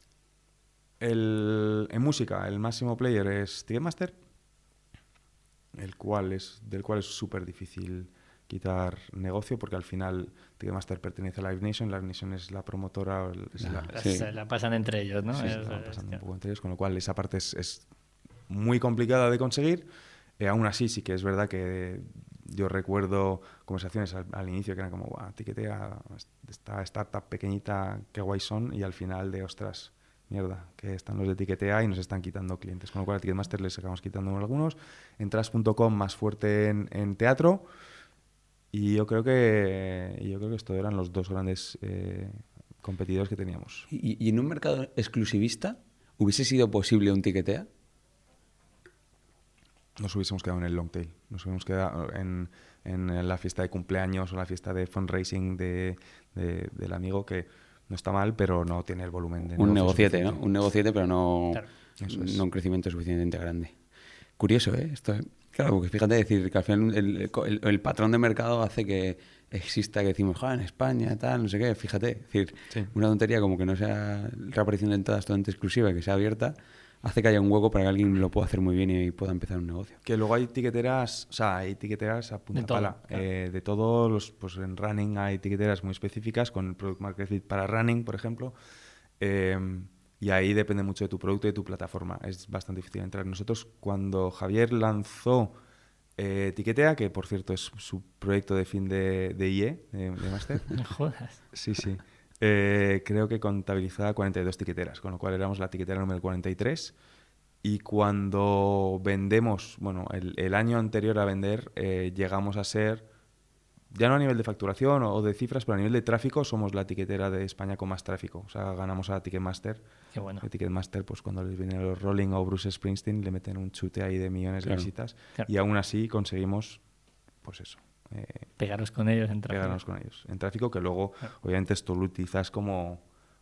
El, en música, el máximo player es Ticketmaster, el cual es, del cual es súper difícil quitar negocio, porque al final Ticketmaster pertenece a Live Nation, Live Nation es la promotora. Es la, la, sí. la pasan entre ellos, ¿no? Sí, es, la pasan es, un poco entre ellos, con lo cual esa parte es, es muy complicada de conseguir. Eh, aún así, sí que es verdad que yo recuerdo conversaciones al, al inicio que eran como, guau, Tiquetea, esta startup pequeñita, qué guay son, y al final de, ostras, mierda, que están los de Tiquetea y nos están quitando clientes. Con lo cual a Ticketmaster les acabamos quitando algunos. En Trash punto com más fuerte en, en teatro. Y yo creo que yo creo que estos eran los dos grandes eh, competidores que teníamos. ¿Y, ¿Y en un mercado exclusivista hubiese sido posible un Tiquetea? Nos hubiésemos quedado en el long tail. Nos hubiésemos quedado en, en la fiesta de cumpleaños o la fiesta de fundraising de, de, del amigo, que no está mal, pero no tiene el volumen de un negociete, ¿no? Un negociete, pero no, claro. no un crecimiento suficientemente grande. Curioso, ¿eh? Esto, ¿eh? Claro, porque fíjate, decir que al final el, el, el patrón de mercado hace que exista, que decimos, joder, en España, tal, no sé qué, fíjate. Es decir, sí. Una tontería como que no sea reaparición de entradas totalmente exclusiva, que sea abierta, hace que haya un hueco para que alguien lo pueda hacer muy bien y pueda empezar un negocio. Que luego hay tiqueteras, o sea, hay tiqueteras a punta de todo, pala. Claro. Eh, de todos los, pues en running hay tiqueteras muy específicas, con el Product Market Fit para running, por ejemplo. Eh, y ahí depende mucho de tu producto y de tu plataforma. Es bastante difícil entrar. Nosotros, cuando Javier lanzó eh, Tiquetea, que por cierto es su proyecto de fin de, de I E, de, de máster. No jodas. Sí, sí. Eh, creo que contabilizaba cuarenta y dos tiqueteras, con lo cual éramos la tiquetera número cuarenta y tres, y cuando vendemos, bueno, el, el año anterior a vender, eh, llegamos a ser, ya no a nivel de facturación o, o de cifras, pero a nivel de tráfico, somos la tiquetera de España con más tráfico. O sea, ganamos a Ticketmaster. Qué bueno. El Ticketmaster, pues cuando les vienen los Rolling o Bruce Springsteen, le meten un chute ahí de millones Claro. de visitas. Claro. Y aún así conseguimos, pues eso, eh, Pegaros con ellos en tráfico. pegarnos con ellos. En tráfico que luego, obviamente, esto lo utilizas como,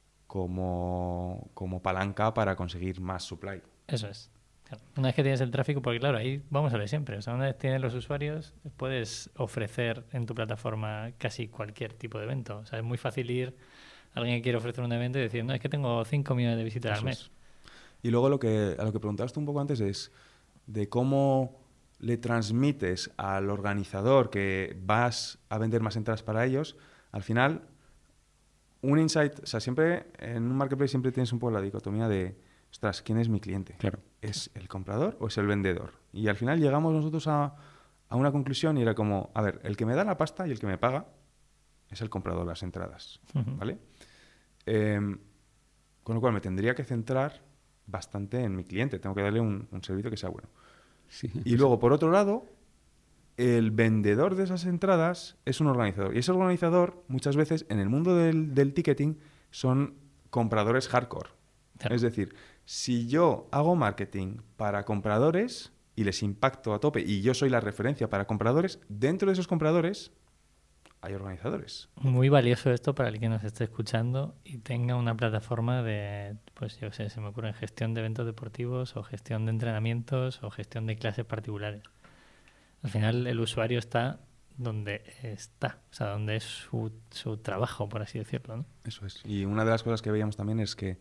como, como palanca para conseguir más supply. Eso es. Claro. Una vez que tienes el tráfico, porque claro, ahí vamos a ver siempre. O sea, una vez tienes los usuarios, puedes ofrecer en tu plataforma casi cualquier tipo de evento. O sea, es muy fácil ir a alguien que quiere ofrecer un evento y decir, no, es que tengo cinco millones de visitas al Eso mes. es. Y luego lo que, a lo que preguntabas tú un poco antes es de cómo le transmites al organizador que vas a vender más entradas para ellos. Al final, un insight, o sea, siempre en un marketplace siempre tienes un poco la dicotomía de, ostras, ¿quién es mi cliente? Claro. ¿Es el comprador o es el vendedor? Y al final llegamos nosotros a, a una conclusión y era como, a ver, el que me da la pasta y el que me paga es el comprador de las entradas, Ujú. ¿vale? Eh, con lo cual me tendría que centrar bastante en mi cliente, tengo que darle un, un servicio que sea bueno. Sí. Y luego, por otro lado, el vendedor de esas entradas es un organizador. Y ese organizador, muchas veces, en el mundo del, del ticketing, son compradores hardcore. Claro. Es decir, si yo hago marketing para compradores y les impacto a tope y yo soy la referencia para compradores, dentro de esos compradores hay organizadores. Muy valioso esto para el que nos esté escuchando y tenga una plataforma de, pues yo sé, se me ocurre gestión de eventos deportivos o gestión de entrenamientos o gestión de clases particulares. Al final el usuario está donde está, o sea, donde es su, su trabajo, por así decirlo, ¿no? Eso es. Y una de las cosas que veíamos también es que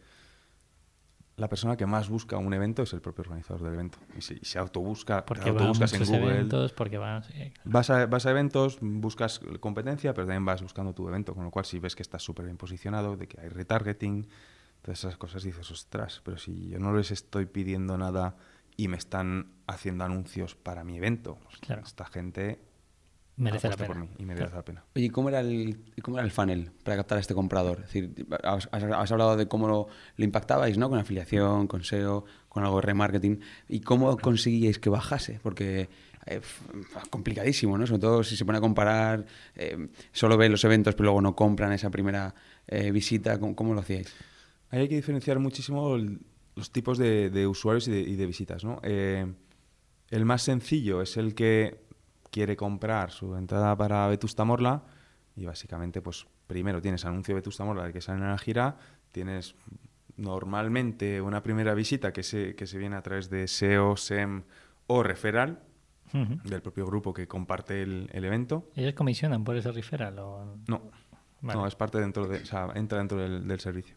la persona que más busca un evento es el propio organizador del evento. Y se, y se autobusca, Porque te va a autobuscas en muchos Google. eventos, porque va... Sí, claro. Vas a, vas a eventos, buscas competencia, pero también vas buscando tu evento, con lo cual si ves que estás súper bien posicionado, de que hay retargeting, todas esas cosas dices, ostras, pero si yo no les estoy pidiendo nada y me están haciendo anuncios para mi evento, Claro. esta gente Merece la apuesta pena. por mí y merece Claro. la pena. Oye, ¿y cómo era el, cómo era el funnel para captar a este comprador? Es decir, has, has- has hablado de cómo lo, lo impactabais, ¿no? Con afiliación, con S E O, con algo de remarketing. ¿Y cómo conseguíais que bajase? Porque eh, f- complicadísimo, ¿no? Sobre todo si se pone a comparar, eh, solo ven los eventos pero luego no compran esa primera eh, visita. ¿Cómo, cómo lo hacíais? Ahí hay que diferenciar muchísimo el- los tipos de, de usuarios y de, y de visitas, ¿no? Eh, el más sencillo es el que quiere comprar su entrada para Vetusta Morla y básicamente, pues primero tienes anuncio de Vetusta Morla de que salen a la gira, tienes normalmente una primera visita que se, que se viene a través de S E O, S E M o referral Ujú. del propio grupo que comparte el, el evento. ¿Ellos comisionan por ese referral? O... No, Vale. no, es parte dentro de, o sea, entra dentro del, del servicio.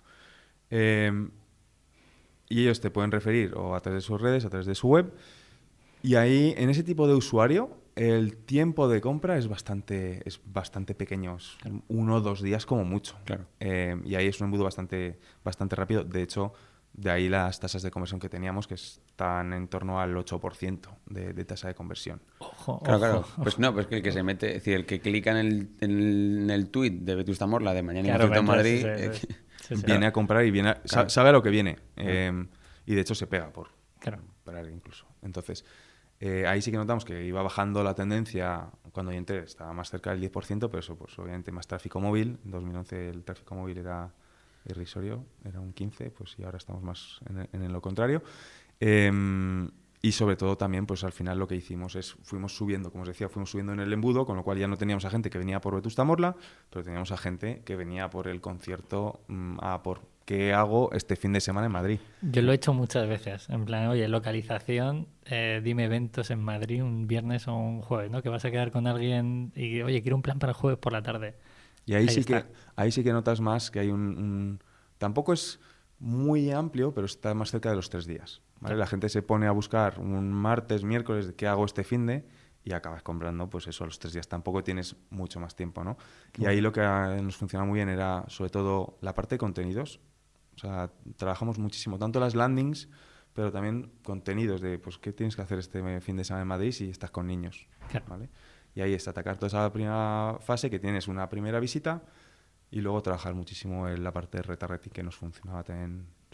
Eh, y ellos te pueden referir o a través de sus redes, a través de su web. Y ahí, en ese tipo de usuario, el tiempo de compra es bastante, es bastante pequeño, es uno o dos días como mucho. Claro. Eh, y ahí es un embudo bastante, bastante rápido. De hecho, de ahí las tasas de conversión que teníamos, que están en torno al ocho por ciento de, de tasa de conversión. Ojo, Claro, ojo. claro. Pues no, pues que el que se mete, es decir, el que clica en el, en el, en el tweet de Vetusta Morla de mañana Claro, en Madrid, entonces, eh, sí, sí, que- sí, sí. Viene a comprar y viene a- sa- Claro. sabe a lo que viene. Eh, y de hecho se pega por, Claro. para él incluso. Entonces, eh, ahí sí que notamos que iba bajando la tendencia. Cuando yo entré estaba más cerca del diez por ciento, pero eso, pues obviamente más tráfico móvil. En dos mil once el tráfico móvil era irrisorio, era un quince, pues y ahora estamos más en, en lo contrario. Eh, y sobre todo también, pues al final lo que hicimos es, fuimos subiendo, como os decía, fuimos subiendo en el embudo, con lo cual ya no teníamos a gente que venía por Vetusta Morla, pero teníamos a gente que venía por el concierto, mm, a por qué hago este fin de semana en Madrid. Yo lo he hecho muchas veces, en plan, oye, localización, eh, dime eventos en Madrid un viernes o un jueves, ¿no? Que vas a quedar con alguien y, oye, quiero un plan para el jueves por la tarde. Y ahí, Ahí sí está. que ahí sí que notas más que hay un, un- tampoco es muy amplio, pero está más cerca de los tres días, ¿vale? La gente se pone a buscar un martes, miércoles, qué hago este finde y acabas comprando, pues eso, a los tres días. Tampoco tienes mucho más tiempo, ¿no? Y ahí lo que ah, nos funcionaba muy bien era, sobre todo, la parte de contenidos. O sea, trabajamos muchísimo, tanto las landings, pero también contenidos de, pues, ¿qué tienes que hacer este fin de semana en Madrid si estás con niños? Claro. ¿Vale? Y ahí es atacar toda esa primera fase, que tienes una primera visita, y luego trabajar muchísimo en la parte de retargeting, que nos funcionaba también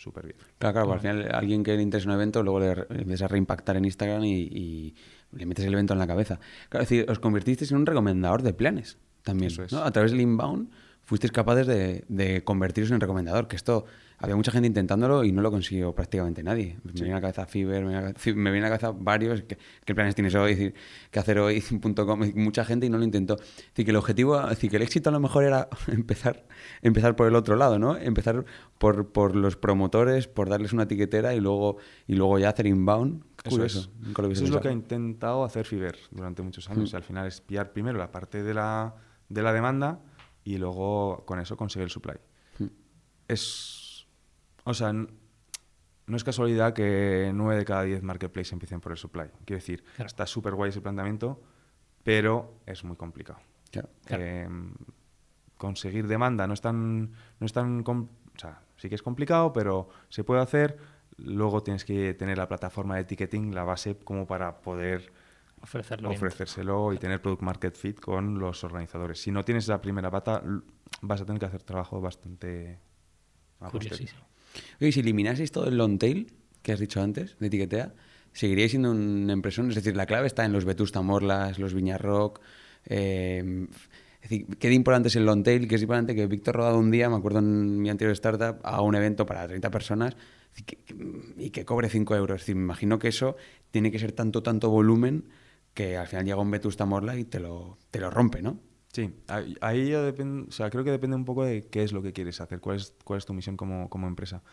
súper bien. Claro, claro, al final alguien que le interesa un evento, luego le, le empiezas a reimpactar en Instagram y, y le metes el evento en la cabeza. Claro, es decir, os convertisteis en un recomendador de planes también, Eso es. ¿no? A través del inbound fuisteis capaces de, de convertiros en recomendador, que esto había mucha gente intentándolo y no lo consiguió prácticamente nadie. Me viene a la cabeza Fiverr, me viene a la cabeza, me viene a la cabeza varios, ¿qué, qué planes tienes hoy? Es decir, qué hacer hoy punto com, mucha gente y no lo intentó. Es decir, que el objetivo, es decir, que el éxito a lo mejor era empezar, empezar por el otro lado, ¿no? Empezar por, por los promotores, por darles una etiquetera y luego, y luego ya hacer inbound. Curioso. Eso es, Nunca lo hubiese Eso es lo que ha pensado. intentado hacer Fiverr durante muchos años. Mm. O sea, al final es pillar primero la parte de la, de la demanda y luego con eso conseguir el supply. Mm. Es... O sea, n- no es casualidad que nueve de cada diez marketplaces empiecen por el supply. Quiero decir, Claro. está súper guay ese planteamiento, pero es muy complicado. Claro. Claro. Eh, conseguir demanda no es tan... No es tan com- o sea, sí que es complicado, pero se puede hacer. Luego tienes que tener la plataforma de ticketing, la base, como para poder Ofrecerlo bien. ofrecérselo y tener product market fit con los organizadores. Si no tienes la primera pata, l- vas a tener que hacer trabajo bastante a posteriori. Curiosísimo. Oye, y si eliminaseis todo el long tail que has dicho antes, de etiquetea, ¿seguiríais siendo una empresa? Es decir, la clave está en los Vetusta Morlas, los Viñarrock. Eh, es decir, ¿qué de importante es el long tail? ¿Qué es importante que Víctor Rodado un día, me acuerdo en mi anterior startup, haga un evento para treinta personas y que, que- y que cobre cinco euros? Es decir, me imagino que eso tiene que ser tanto, tanto volumen que al final llega un Vetusta Morla y te lo, te lo rompe, ¿no? Sí, ahí, ahí ya depende, o sea, creo que depende un poco de qué es lo que quieres hacer, cuál es, cuál es tu misión como, como empresa.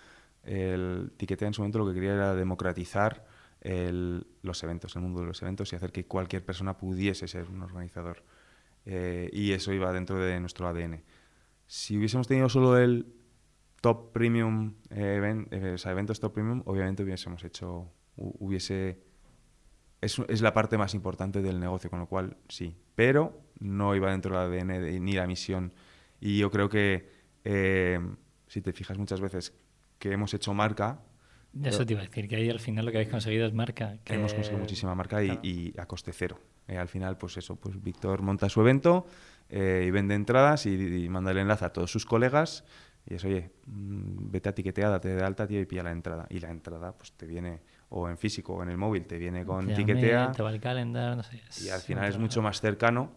El Ticketea en su momento lo que quería era democratizar el- los eventos, el mundo de los eventos y hacer que cualquier persona pudiese ser un organizador. Eh, y eso iba dentro de nuestro A D N. Si hubiésemos tenido solo el top premium, eh, event- eh, o sea, eventos top premium, obviamente hubiésemos hecho, hu- hubiese... Es, es la parte más importante del negocio, con lo cual sí, pero no iba dentro del A D N de- ni la misión. Y yo creo que, eh, si te fijas muchas veces que hemos hecho marca, Eso te iba a decir, que ahí al final lo que habéis conseguido es marca. Que... hemos conseguido muchísima marca y, Claro. y a coste cero. Eh, al final, pues eso, pues Víctor monta su evento eh, y vende entradas y, y manda el enlace a todos sus colegas y es, oye, mm, vete a Ticketea, date de alta, tío, y pilla la entrada. Y la entrada, pues te viene, o en físico o en el móvil, te viene con Te llamé, Ticketea. te va el calendar, no sé. Y al final un es trabajo. mucho más cercano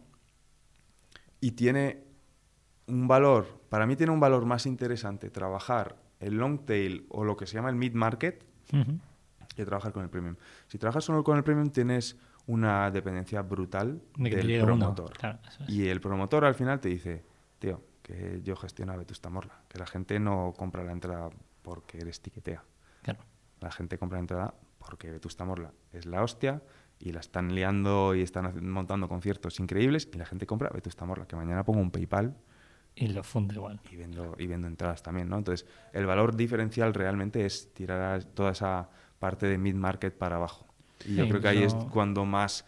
y tiene un valor, para mí tiene un valor más interesante trabajar el long tail o lo que se llama el mid market Ujú. que trabajar con el premium. Si trabajas solo con el premium tienes una dependencia brutal De que te del llegue uno. promotor. Claro, eso es. Y el promotor al final te dice, tío, que yo gestiono a Vetusta Morla, que la gente no compra la entrada porque eres Ticketea. Claro. La gente compra la entrada porque Vetusta Morla es la hostia y la están liando y están haci- montando conciertos increíbles y la gente compra Vetusta Morla, que mañana pongo un PayPal Y lo funde igual. y vendo, y vendo entradas también, ¿no? Entonces, el valor diferencial realmente es tirar a toda esa parte de mid-market para abajo. Y yo Sí, creo que ahí es no- cuando más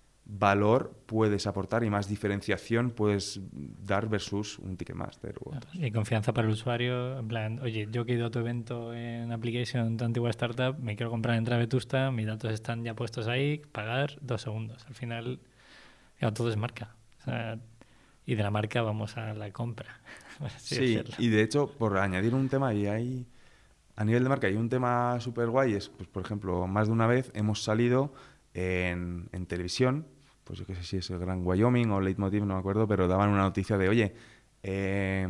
valor puedes aportar y más diferenciación puedes dar versus un Ticketmaster u otros. Y confianza para el usuario, en plan, oye, yo que he ido a tu evento en Application, tu antigua startup, me quiero comprar entrada Vetusta, mis datos están ya puestos ahí, pagar dos segundos. Al final, claro, todo es marca. O sea, y de la marca vamos a la compra. por así Sí, decirlo. y de hecho, por añadir un tema, y hay, a nivel de marca, hay un tema súper guay, es, pues, por ejemplo, más de una vez hemos salido en, en televisión, pues yo qué sé si es el Gran Wyoming o Leitmotiv, no me acuerdo, pero daban una noticia de, oye, eh,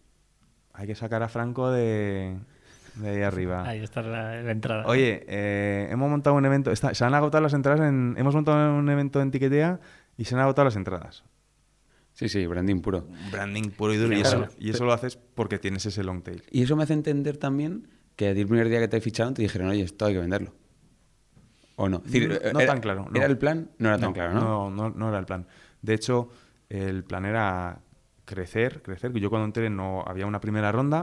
hay que sacar a Franco de, de ahí arriba. Ahí está la, la entrada. Oye, eh, hemos montado un evento, está- se han agotado las entradas, en, hemos montado un evento en Ticketea y se han agotado las entradas. Sí, sí, branding puro. Branding puro y duro, y, Claro. eso, y eso lo haces porque tienes ese long tail. Y eso me hace entender también que a ti el primer día que te ficharon te dijeron, oye, esto hay que venderlo. ¿O no? Es decir, No, no era- tan claro. no. ¿Era el plan? No era tan claro, ¿no? No, no, no era el plan. De hecho, el plan era crecer, crecer. Yo cuando entré no había una primera ronda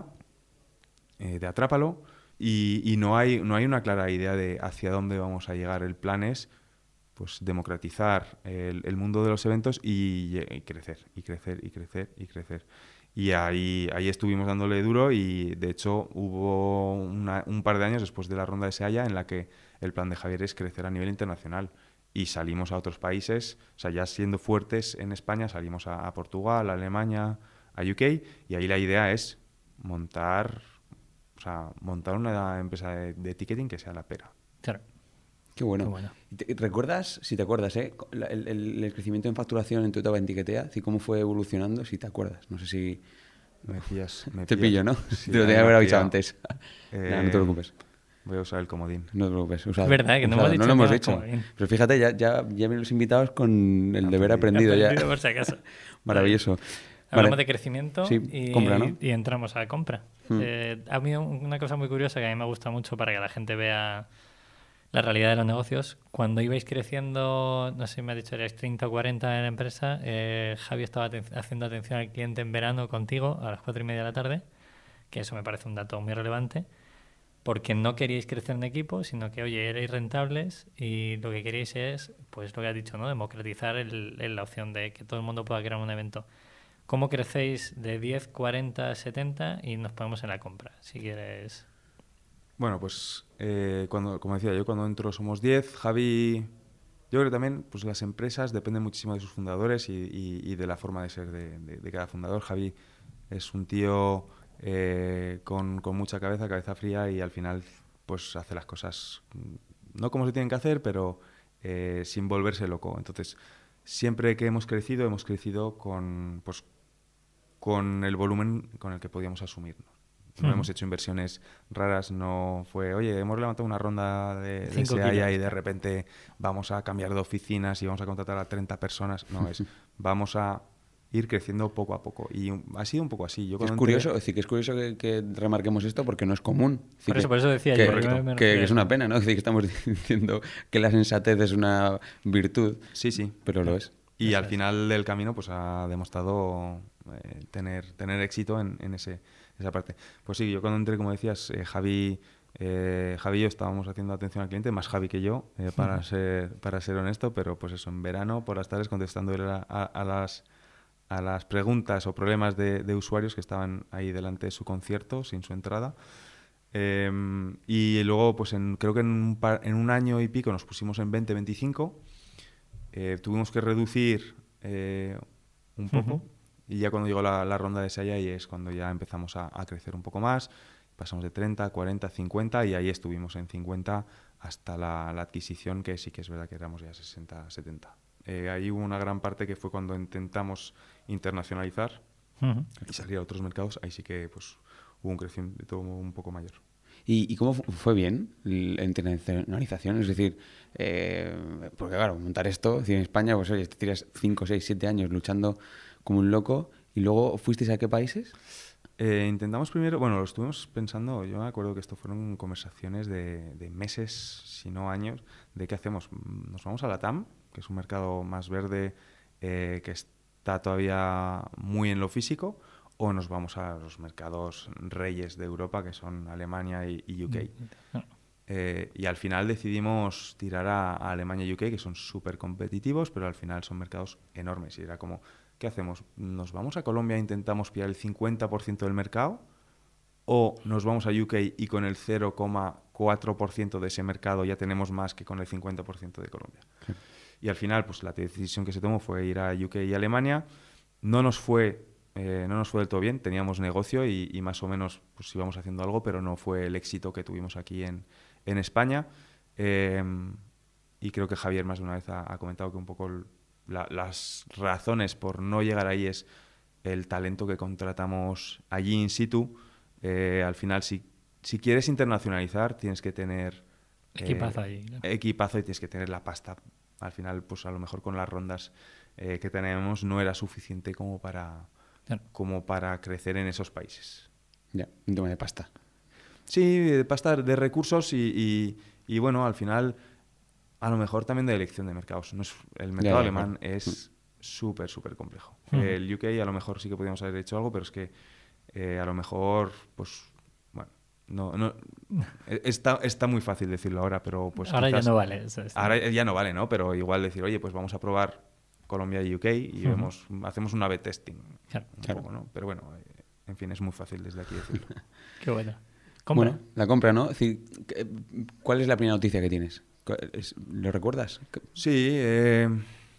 eh, de Atrápalo y, y no hay no hay una clara idea de hacia dónde vamos a llegar. El plan es pues democratizar el, el mundo de los eventos y, y crecer, y crecer, y crecer, y crecer. Y ahí, ahí estuvimos dándole duro y de hecho hubo una- un par de años después de la ronda de Seaya en la que el plan de Javier es crecer a nivel internacional y salimos a otros países, o sea, ya siendo fuertes en España, salimos a, a Portugal, a Alemania, a U K y ahí la idea es montar o sea, montar una empresa de, de ticketing que sea la pera. Claro. Qué bueno. Qué bueno. ¿Te- ¿Recuerdas, si te acuerdas, eh, la- el, el- el crecimiento en facturación en tu etapa en Tiquetea? ¿Sí, ¿Cómo fue evolucionando? Si te acuerdas. No sé si Me pillas, me te pillas. pillo, ¿no? Sí, te lo ahí tenía que me haber has avisado pillado. antes. Eh, Nada, no te preocupes. Voy a usar el comodín. No te preocupes. Usado, Es verdad que no usado. hemos dicho No lo hemos nada dicho. como bien. Pero fíjate, ya, ya, ya vienen los invitados con el deber Aprendido. aprendido, Aprendido ya. por si acaso. Maravilloso. Hablamos Vale. de crecimiento Sí, y, compra, ¿no? y entramos a compra. Hmm. Eh, ha habido una cosa muy curiosa que a mí me gusta mucho para que la gente vea la realidad de los negocios. Cuando ibais creciendo, no sé si me has dicho, erais treinta o cuarenta en la empresa, eh, Javi estaba aten- haciendo atención al cliente en verano contigo a las cuatro y media de la tarde, que eso me parece un dato muy relevante, porque no queríais crecer en equipo, sino que, oye, erais rentables y lo que queréis es, pues lo que has dicho, ¿no? Democratizar el, el- la opción de que todo el mundo pueda crear un evento. ¿Cómo crecéis de diez, cuarenta, setenta? Y nos ponemos en la compra, si quieres. Bueno, pues eh, cuando, como decía yo, cuando entro somos diez. Javi, yo creo que también pues las empresas dependen muchísimo de sus fundadores y, y- y de la forma de ser de, de- de cada fundador. Javi es un tío eh, con, con mucha cabeza, cabeza fría, y al final pues hace las cosas mm, no como se tienen que hacer, pero eh, sin volverse loco. Entonces, siempre que hemos crecido, hemos crecido con, pues, con el volumen con el que podíamos asumir. No Ujú. hemos hecho inversiones raras, no fue, oye, hemos levantado una ronda de, de Cinco S I A kilos. y de repente vamos a cambiar de oficinas y vamos a contratar a treinta personas. No, es, vamos a ir creciendo poco a poco. Y un- ha sido un poco así. Yo Es cuando curioso, entré- es decir, que es curioso que, que remarquemos esto porque no es común. Es decir, Por eso, que- por eso decía que, yo, que- yo me- me que- refería que a es una eso. pena, ¿no? Es decir, que estamos diciendo que la sensatez es una virtud, Sí, sí. pero lo es. Y Eso al es. final del camino pues ha demostrado eh, tener, tener éxito en, en ese, esa parte. Pues sí, yo cuando entré, como decías, eh, Javi, eh, Javi y yo estábamos haciendo atención al cliente, más Javi que yo, eh, para, ser, para ser honesto, pero pues eso, en verano, por las tardes, contestando a, a- a las, a las preguntas o problemas de, de usuarios que estaban ahí delante de su concierto, sin su entrada. Eh, y luego, pues en, creo que en un, par- en un año y pico nos pusimos en veinte, veinticinco. Eh, tuvimos que reducir eh, un poco. Ujú. Y ya cuando llegó la, la ronda de S I A y es cuando ya empezamos a, a crecer un poco más. Pasamos de treinta, cuarenta, cincuenta y ahí estuvimos en cincuenta hasta la, la adquisición, que sí que es verdad que éramos ya sesenta, setenta. Eh, ahí hubo una gran parte que fue cuando intentamos internacionalizar Ujú. y salir a otros mercados. Ahí sí que pues, hubo un crecimiento un poco mayor. ¿Y, y cómo fu- fue bien la internacionalización? Es decir, eh, porque claro, montar esto, es decir, en España, pues oye, te tiras cinco, seis, siete años luchando como un loco y luego ¿fuisteis a qué países? Eh, intentamos primero, bueno, lo estuvimos pensando, yo me acuerdo que esto fueron conversaciones de, de meses, si no años, de qué hacemos. Nos vamos a LATAM, que es un mercado más verde, eh, que está todavía muy en lo físico, o nos vamos a los mercados reyes de Europa, que son Alemania y, y U K. Eh, y al final decidimos tirar a, a Alemania y U K, que son súper competitivos, pero al final son mercados enormes. Y era como, ¿qué hacemos? ¿Nos vamos a Colombia e intentamos pillar el cincuenta por ciento del mercado? ¿O nos vamos a U K y con el cero coma cuatro por ciento de ese mercado ya tenemos más que con el cincuenta por ciento de Colombia? Sí. Y al final, pues la decisión que se tomó fue ir a U K y Alemania. No nos fue, eh, no nos fue del todo bien, teníamos negocio y, y más o menos pues íbamos haciendo algo, pero no fue el éxito que tuvimos aquí en, en España. Eh, y creo que Javier más de una vez ha, ha comentado que un poco el, la, las razones por no llegar ahí es el talento que contratamos allí in situ. Eh, al final, si, si quieres internacionalizar, tienes que tener eh, Equipazo allí, ¿no? equipazo y tienes que tener la pasta. Al final, pues a lo mejor con las rondas eh, que tenemos no era suficiente como para, Claro. como para crecer en esos países. Ya, un tema de pasta. Sí, de pasta, de recursos y, y, y bueno, al final, a lo mejor también de elección de mercados. No es, el mercado Ya, ya, alemán claro. es súper, súper complejo. Ujú. El U K a lo mejor sí que podríamos haber hecho algo, pero es que eh, a lo mejor, pues, bueno, no, no está, está muy fácil decirlo ahora, pero pues Ahora quizás, ya no vale. Eso es. ahora ya no vale, ¿no? Pero igual decir, oye, pues vamos a probar Colombia y U K y Ujú. vemos, hacemos un A B testing. Claro. Un Claro. poco, ¿no? Pero bueno, eh, en fin, es muy fácil desde aquí decirlo. Qué bueno. Compra. Bueno, la compra, ¿no? Es decir, ¿qué- ¿cuál es la primera noticia que tienes? ¿Es- ¿Lo recuerdas? ¿Qué- Sí, eh,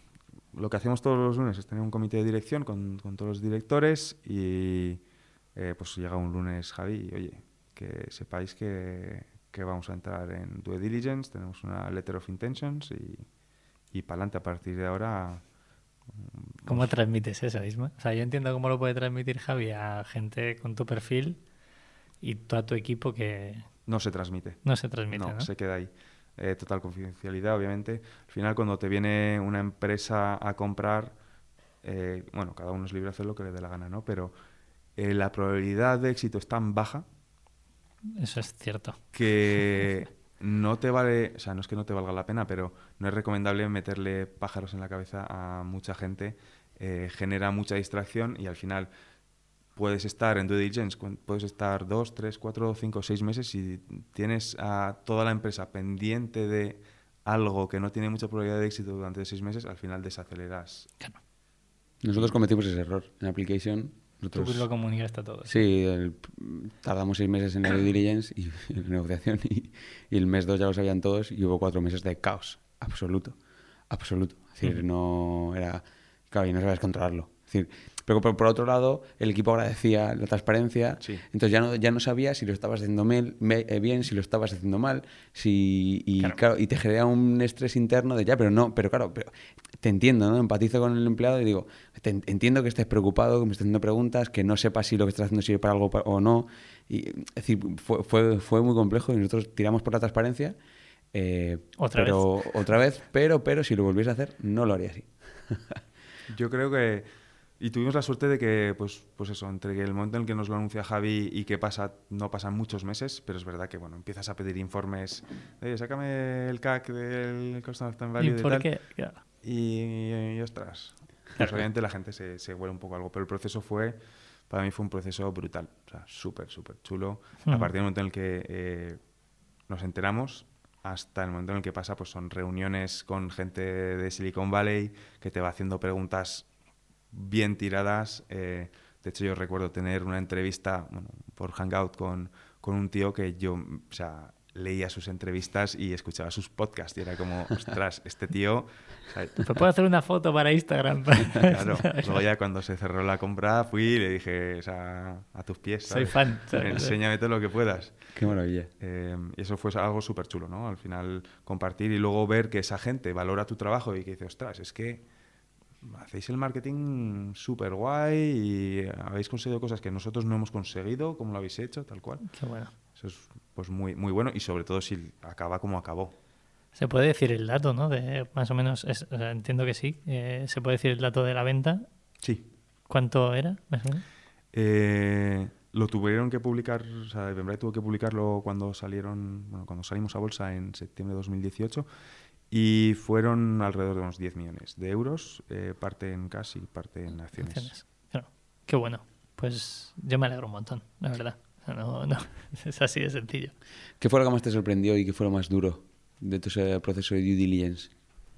lo que hacemos todos los lunes es tener un comité de dirección con, con todos los directores y eh, pues llega un lunes Javi y, oye, que sepáis que, que vamos a entrar en due diligence, tenemos una letter of intentions y, y para adelante a partir de ahora. ¿Cómo Pues, transmites eso, Isma? O sea, yo entiendo cómo lo puede transmitir Javi a gente con tu perfil y todo tu equipo que no se transmite. no se transmite, ¿no? No, se queda ahí. Eh, total confidencialidad, obviamente. Al final, cuando te viene una empresa a comprar, eh, bueno, cada uno es libre de hacer lo que le dé la gana, ¿no? Pero eh, la probabilidad de éxito es tan baja Eso es cierto. que no te vale, o sea, no es que no te valga la pena, pero no es recomendable meterle pájaros en la cabeza a mucha gente. Eh, genera mucha distracción y al final puedes estar en due diligence, puedes estar dos, tres, cuatro, cinco, seis meses y tienes a toda la empresa pendiente de algo que no tiene mucha probabilidad de éxito durante seis meses, al final desaceleras. Claro. Nosotros cometimos ese error en Application. Nosotros, Tú lo comunicaste a todos. sí, el- tardamos seis meses en la due diligence y en la negociación y, y el mes dos ya lo sabían todos y hubo cuatro meses de caos absoluto, absoluto. Es decir, no era, claro, y no sabías controlarlo. Es decir, pero por, por otro lado, el equipo agradecía la transparencia, Sí. entonces ya no, ya no sabías si lo estabas haciendo mel- me- eh, bien, si lo estabas haciendo mal, si, y, Claro. claro, y te genera un estrés interno de ya, pero no, pero claro, pero te entiendo, ¿no? Empatizo con el empleado y digo, te en- entiendo que estés preocupado, que me estés haciendo preguntas, que no sepas si lo que estás haciendo sirve para algo pa- o no. Y, es decir, fue, fue, fue muy complejo y nosotros tiramos por la transparencia. eh, Otra pero, Otra vez, pero, pero si lo volviese a hacer, no lo haría así. Yo creo que... Y tuvimos la suerte de que, pues, pues eso, entre el momento en el que nos lo anuncia Javi y que pasa, no pasan muchos meses, pero es verdad que, bueno, empiezas a pedir informes, oye, sácame el C A C del Cost of Time ¿Y Value de por tal, qué? Claro. y, y, ostras, pues obviamente la gente se, se huele un poco algo, pero el proceso fue, para mí fue un proceso brutal, o sea, súper, súper chulo. Mm. A partir del momento en el que eh, nos enteramos, hasta el momento en el que pasa, pues son reuniones con gente de Silicon Valley que te va haciendo preguntas bien tiradas. Eh, de hecho, yo recuerdo tener una entrevista, bueno, por Hangout con, con un tío que yo, o sea, leía sus entrevistas y escuchaba sus podcasts y era como, ostras, este tío... O sea, Pues puedo hacer una foto para Instagram. claro, luego ya cuando se cerró la compra fui y le dije, o sea, a tus pies, Soy ¿sabes? fan, ¿sabes? Enséñame todo lo que puedas. Qué maravilla. Eh, y eso fue algo súper chulo, ¿no? Al final compartir y luego ver que esa gente valora tu trabajo y que dice, ostras, es que hacéis el marketing súper guay y habéis conseguido cosas que nosotros no hemos conseguido, como lo habéis hecho, tal cual. Qué bueno. Eso es pues muy, muy bueno y sobre todo si acaba como acabó. Se puede decir el dato, ¿no? De más o menos, es- o sea, entiendo que sí. Eh, se puede decir el dato de la venta. Sí. ¿Cuánto era, más o menos? Eh, lo tuvieron que publicar, o sea, Eventbrite tuvo que publicarlo cuando salieron, bueno, cuando salimos a bolsa en septiembre de dos mil dieciocho y fueron alrededor de unos diez millones de euros, eh, parte en cash y parte en acciones. Acciones. Claro. Qué bueno. Pues yo me alegro un montón, la verdad. O sea, no, no, es así de sencillo. ¿Qué fue lo que más te sorprendió y qué fue lo más duro de tu ese proceso de due diligence?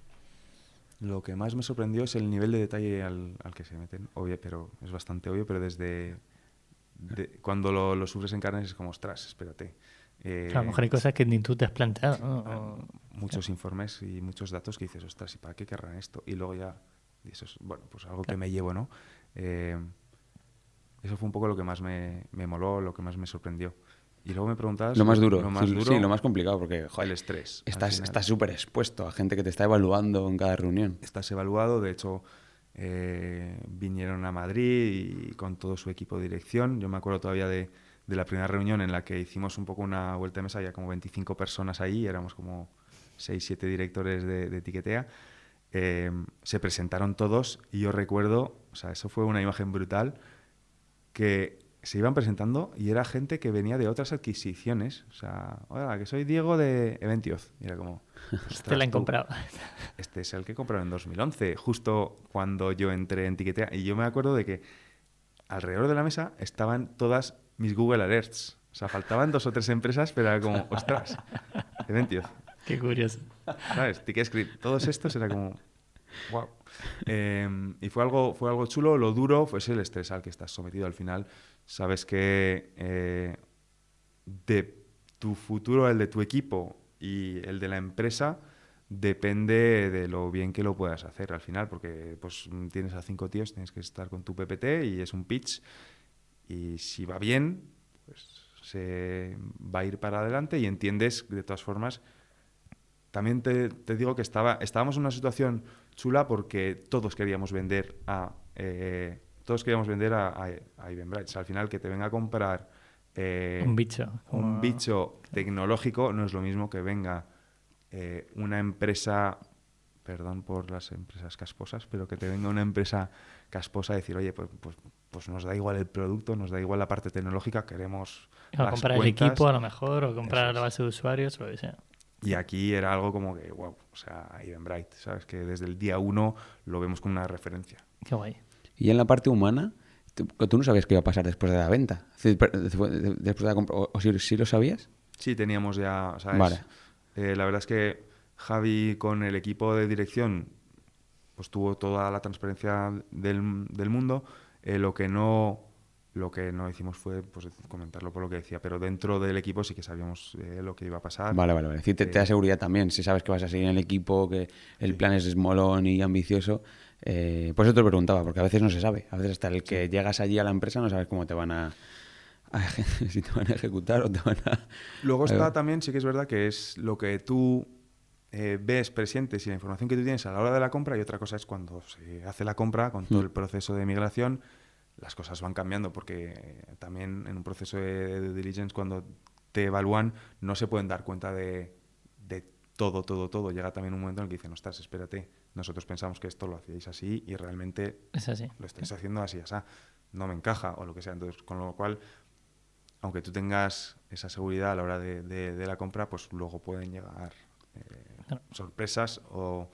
Lo que más me sorprendió es el nivel de detalle al, al que se meten, obvio, pero es bastante obvio, pero desde de- cuando lo, lo sufres en carne es como, ostras, espérate. Eh, A lo mejor hay cosas que ni tú te has planteado, ¿no? ah, O- muchos informes y muchos datos que dices, ostras, ¿y para qué querrán esto? Y luego ya dices, bueno, pues algo que Claro. me llevo, ¿no? Eh, eso fue un poco lo que más me, me moló, lo que más me sorprendió. Y luego me preguntabas... Lo más duro. Lo más sí, duro, sí, lo más complicado, porque el joder, estrés. al estás final. estás súper expuesto a gente que te está evaluando en cada reunión. Estás evaluado, de hecho eh, vinieron a Madrid y con todo su equipo de dirección. Yo me acuerdo todavía de, de la primera reunión en la que hicimos un poco una vuelta de mesa, había como veinticinco personas ahí, éramos como seis, siete directores de, de Etiquetea. Eh, se presentaron todos y yo recuerdo, o sea, eso fue una imagen brutal, que se iban presentando y era gente que venía de otras adquisiciones. O sea, hola, que soy Diego de Eventioz. Y era como... Te la han tú, comprado. Este es el que compraron en dos mil once, justo cuando yo entré en Etiquetea. Y yo me acuerdo de que alrededor de la mesa estaban todas mis Google Alerts. O sea, faltaban dos o tres empresas, pero era como, ostras, Eventioz. Qué curioso. ¿Sabes? Ticketscript. Todos estos era como... Wow. Eh, y fue algo, fue algo chulo. Lo duro fue el estrés al que estás sometido al final. Sabes que eh, de tu futuro, el de tu equipo y el de la empresa depende de lo bien que lo puedas hacer al final, porque pues tienes a cinco tíos, tienes que estar con tu P P T y es un pitch y si va bien, pues se va a ir para adelante y entiendes, de todas formas. También te, te digo que estaba, estábamos en una situación chula porque todos queríamos vender a eh, todos queríamos vender a, a, a Eventbrite. O sea, al final que te venga a comprar eh, un bicho, un como... bicho tecnológico no es lo mismo que venga eh, una empresa, perdón por las empresas casposas, pero que te venga una empresa casposa a decir, oye, pues, pues, pues nos da igual el producto, nos da igual la parte tecnológica, queremos o las comprar cuentas. el equipo a lo mejor, o comprar Eso la es. base de usuarios, o lo que sea. Y aquí era algo como que, wow, o sea, Eventbrite, ¿sabes? Que desde el día uno lo vemos como una referencia. Qué guay. Y en la parte humana, tú, tú no sabías qué iba a pasar después de la venta, Es decir, después de la compra, o, o si, si lo sabías. Sí, teníamos ya, ¿sabes? Vale. Eh, la verdad es que Javi con el equipo de dirección pues tuvo toda la transparencia del, del mundo. Eh, lo que no lo que no hicimos fue pues comentarlo por lo que decía, pero dentro del equipo sí que sabíamos eh, lo que iba a pasar. Vale, vale, vale. Es decir, te, te da seguridad también, si sabes que vas a seguir en el equipo, que el Sí. plan es molón y ambicioso. Eh, por eso te lo preguntaba, porque a veces no se sabe. A veces hasta el que sí. llegas allí a la empresa no sabes cómo te van a, a si te van a ejecutar o te van a... Luego está también, sí que es verdad que es lo que tú eh, ves, presientes y la información que tú tienes a la hora de la compra, y otra cosa es cuando se hace la compra, con todo el proceso de migración, las cosas van cambiando, porque también en un proceso de due diligence, cuando te evalúan, no se pueden dar cuenta de, de todo, todo, todo. Llega también un momento en el que dicen, ostras, espérate, nosotros pensamos que esto lo hacíais así y realmente es así. Lo estáis haciendo así, así, no me encaja o lo que sea. Entonces, con lo cual, aunque tú tengas esa seguridad a la hora de, de, de la compra, pues luego pueden llegar eh, claro. sorpresas o...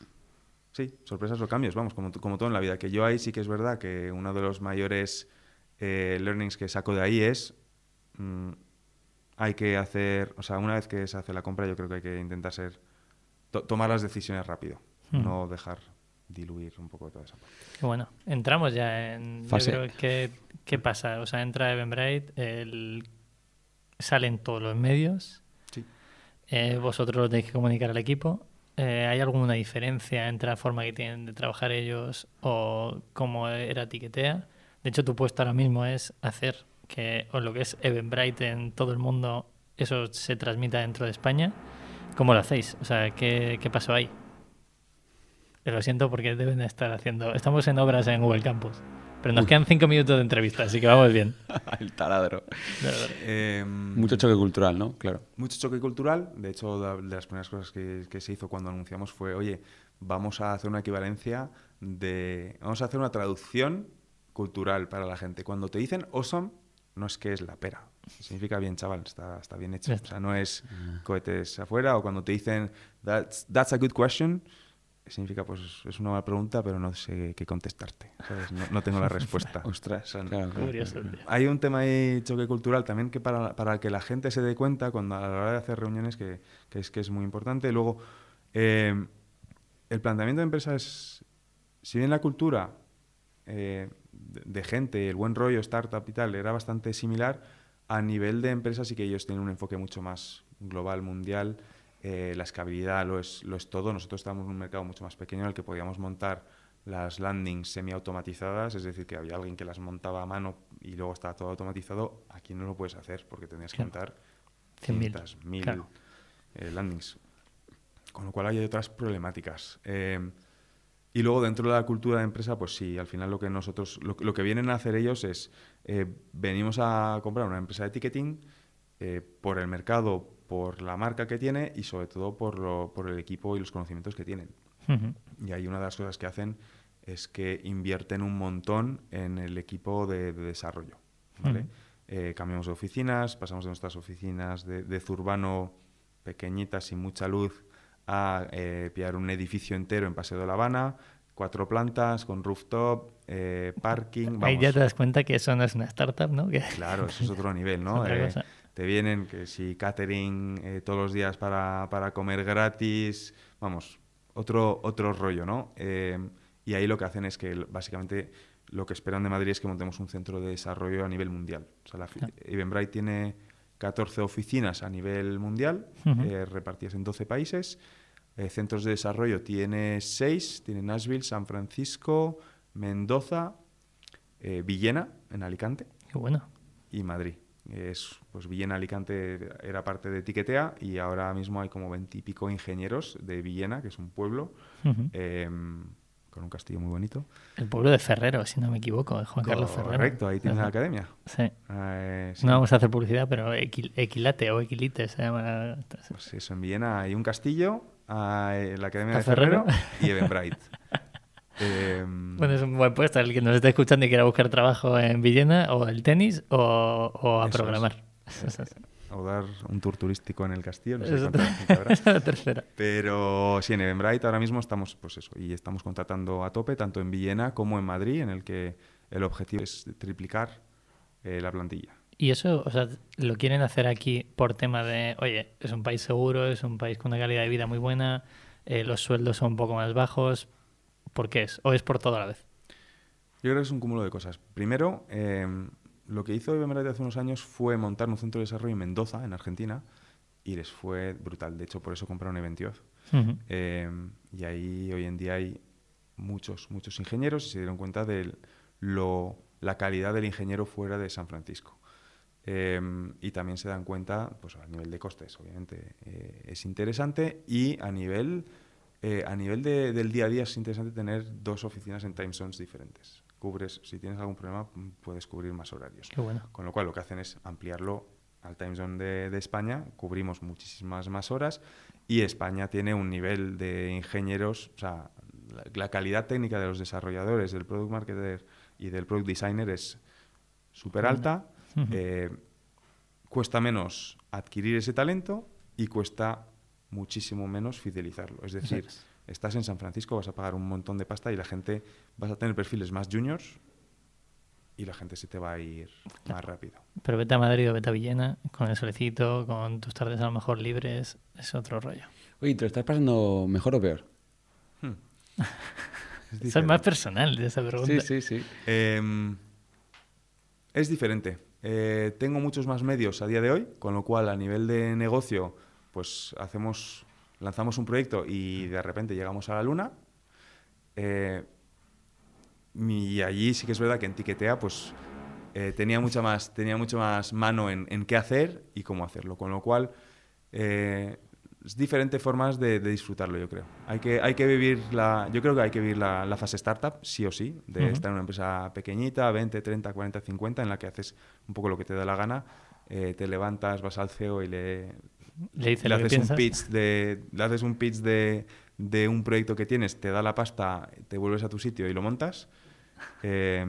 Sí, sorpresas o cambios, vamos, como, como todo en la vida. Que yo ahí sí que es verdad que uno de los mayores eh, learnings que saco de ahí es mmm, hay que hacer, o sea, una vez que se hace la compra, yo creo que hay que intentar ser to tomar las decisiones rápido, mm. no dejar diluir un poco toda esa parte. Bueno, entramos ya en... Fase. Yo creo que, ¿qué pasa? O sea, entra Eventbrite, el, salen todos los medios, sí. eh, vosotros lo tenéis que comunicar al equipo. Eh, ¿Hay alguna diferencia entre la forma que tienen de trabajar ellos o cómo era Tiquetea? De hecho, tu puesto ahora mismo es hacer que o lo que es Eventbrite en todo el mundo, eso se transmita dentro de España. ¿Cómo lo hacéis? O sea, ¿qué, qué pasó ahí? Lo siento porque deben de estar haciendo... Estamos en obras en Google Campus, pero nos Uy. quedan cinco minutos de entrevista, así que vamos bien. El taladro. Eh, mucho choque cultural, ¿no? Claro. Mucho choque cultural. De hecho, de las primeras cosas que, que se hizo cuando anunciamos fue, oye, vamos a hacer una equivalencia de... Vamos a hacer una traducción cultural para la gente. Cuando te dicen awesome, no es que es la pera. Significa bien, chaval, está, está bien hecho. O sea, no es cohetes afuera. O cuando te dicen that's, that's a good question... significa, pues, es una buena pregunta, pero no sé qué contestarte, ¿sabes? No, no tengo la respuesta. Ostras, o sea, claro, claro. Curioso, hay un tema ahí, choque cultural, también que para, para que la gente se dé cuenta cuando a la hora de hacer reuniones, que, que, es, que es muy importante. Luego, eh, el planteamiento de empresa es, si bien la cultura eh, de, de gente, el buen rollo, startup y tal, era bastante similar, a nivel de empresa sí que ellos tienen un enfoque mucho más global, mundial. Eh, la escalabilidad lo es, lo es todo. Nosotros estábamos en un mercado mucho más pequeño en el que podíamos montar las landings semiautomatizadas, es decir, que había alguien que las montaba a mano y luego estaba todo automatizado. Aquí no lo puedes hacer porque tenías que montar cientos mil claro. eh, landings. Con lo cual hay otras problemáticas. Eh, y luego dentro de la cultura de empresa, pues sí, al final lo que nosotros, lo, lo que vienen a hacer ellos es, eh, venimos a comprar una empresa de ticketing eh, por el mercado, por la marca que tiene y sobre todo por, lo, por el equipo y los conocimientos que tienen. Uh-huh. Y ahí una de las cosas que hacen es que invierten un montón en el equipo de, de desarrollo. ¿Vale? Uh-huh. eh, cambiamos de oficinas, pasamos de nuestras oficinas de, de Zurbano pequeñitas sin mucha luz a eh, pillar un edificio entero en Paseo de la Habana, cuatro plantas con rooftop, eh, parking... Vamos. Ahí ya te das cuenta que eso no es una startup, ¿no? Que... Claro, eso es otro nivel, ¿no? Otra eh, cosa. Te vienen que si catering eh, todos los días para, para comer gratis, vamos, otro, otro rollo, ¿no? Eh, y ahí lo que hacen es que básicamente lo que esperan de Madrid es que montemos un centro de desarrollo a nivel mundial. O sea, la, ah. Eventbrite tiene catorce oficinas a nivel mundial, uh-huh. eh, repartidas en doce países. Eh, centros de desarrollo tiene seis, tiene Nashville, San Francisco, Mendoza, eh, Villena, en Alicante. Qué bueno. Y Madrid. es, pues Villena Alicante era parte de Etiquetea y ahora mismo hay como veintipico ingenieros de Villena, que es un pueblo, Uh-huh. eh, con un castillo muy bonito. El pueblo de Ferrero, si no me equivoco, de Juan Carlos Ferrero. Correcto, ahí tiene Ajá. la academia. Sí. Eh, sí. No vamos a hacer publicidad, pero Equi- Equilate o Equilite se llama. Pues eso, en Villena hay un castillo, hay la academia ¿A de Ferrero, Ferrero? y Eventbrite. eh, Bueno, es un buen puesto. El que nos esté escuchando y quiera buscar trabajo en Villena, o el tenis, o, o a Eso programar. es. Eh, o dar un tour turístico en el castillo, no sé Es cuánta otra- gente habrá. esa es la tercera. Pero sí, en Eventbrite ahora mismo estamos, pues eso, y estamos contratando a tope, tanto en Villena como en Madrid, en el que el objetivo es triplicar eh, la plantilla. Y eso, o sea, lo quieren hacer aquí por tema de, oye, es un país seguro, es un país con una calidad de vida muy buena, eh, los sueldos son un poco más bajos. ¿Por qué es? ¿O es por todo a la vez? Yo creo que es un cúmulo de cosas. Primero, eh, lo que hizo Eventbrite hace unos años fue montar un centro de desarrollo en Mendoza, en Argentina, y les fue brutal. De hecho, por eso compraron Eventioz. Uh-huh. Eh, y ahí hoy en día hay muchos, muchos ingenieros y se dieron cuenta de lo, la calidad del ingeniero fuera de San Francisco. Eh, y también se dan cuenta, pues a nivel de costes, obviamente, eh, es interesante, y a nivel, eh, a nivel de, del día a día es interesante tener dos oficinas en time zones diferentes. Cubres, si tienes algún problema, puedes cubrir más horarios. Qué bueno. Con lo cual lo que hacen es ampliarlo al time zone de, de España, cubrimos muchísimas más horas, y España tiene un nivel de ingenieros, o sea, la, la calidad técnica de los desarrolladores, del product marketer y del product designer es súper alta. Uh-huh. eh, cuesta menos adquirir ese talento y cuesta muchísimo menos fidelizarlo. Es decir, Exacto. estás en San Francisco, vas a pagar un montón de pasta y la gente, vas a tener perfiles más juniors y la gente se te va a ir Claro. más rápido. Pero vete a Madrid o vete a Villena, con el solecito, con tus tardes a lo mejor libres, es otro rollo. Oye, ¿te lo estás pasando mejor o peor? Hmm. Es Eso es más diferente. personal de esa pregunta. Sí, sí, sí. Eh, es diferente. Eh, tengo muchos más medios a día de hoy, con lo cual a nivel de negocio, pues hacemos, lanzamos un proyecto y de repente llegamos a la luna. Eh, y allí sí que es verdad que en Tiquetea, pues eh, tenía mucha más, tenía mucho más mano en, en qué hacer y cómo hacerlo, con lo cual eh, es diferentes formas de, de disfrutarlo, yo creo. Hay que, hay que vivir la, yo creo que hay que vivir la, la fase startup, sí o sí, de Uh-huh. estar en una empresa pequeñita, veinte, treinta, cuarenta, cincuenta, en la que haces un poco lo que te da la gana, eh, te levantas, vas al C E O y le, Le dices le lo que haces un piensas. pitch de, le haces un pitch de, de un proyecto que tienes, te da la pasta, te vuelves a tu sitio y lo montas. Eh,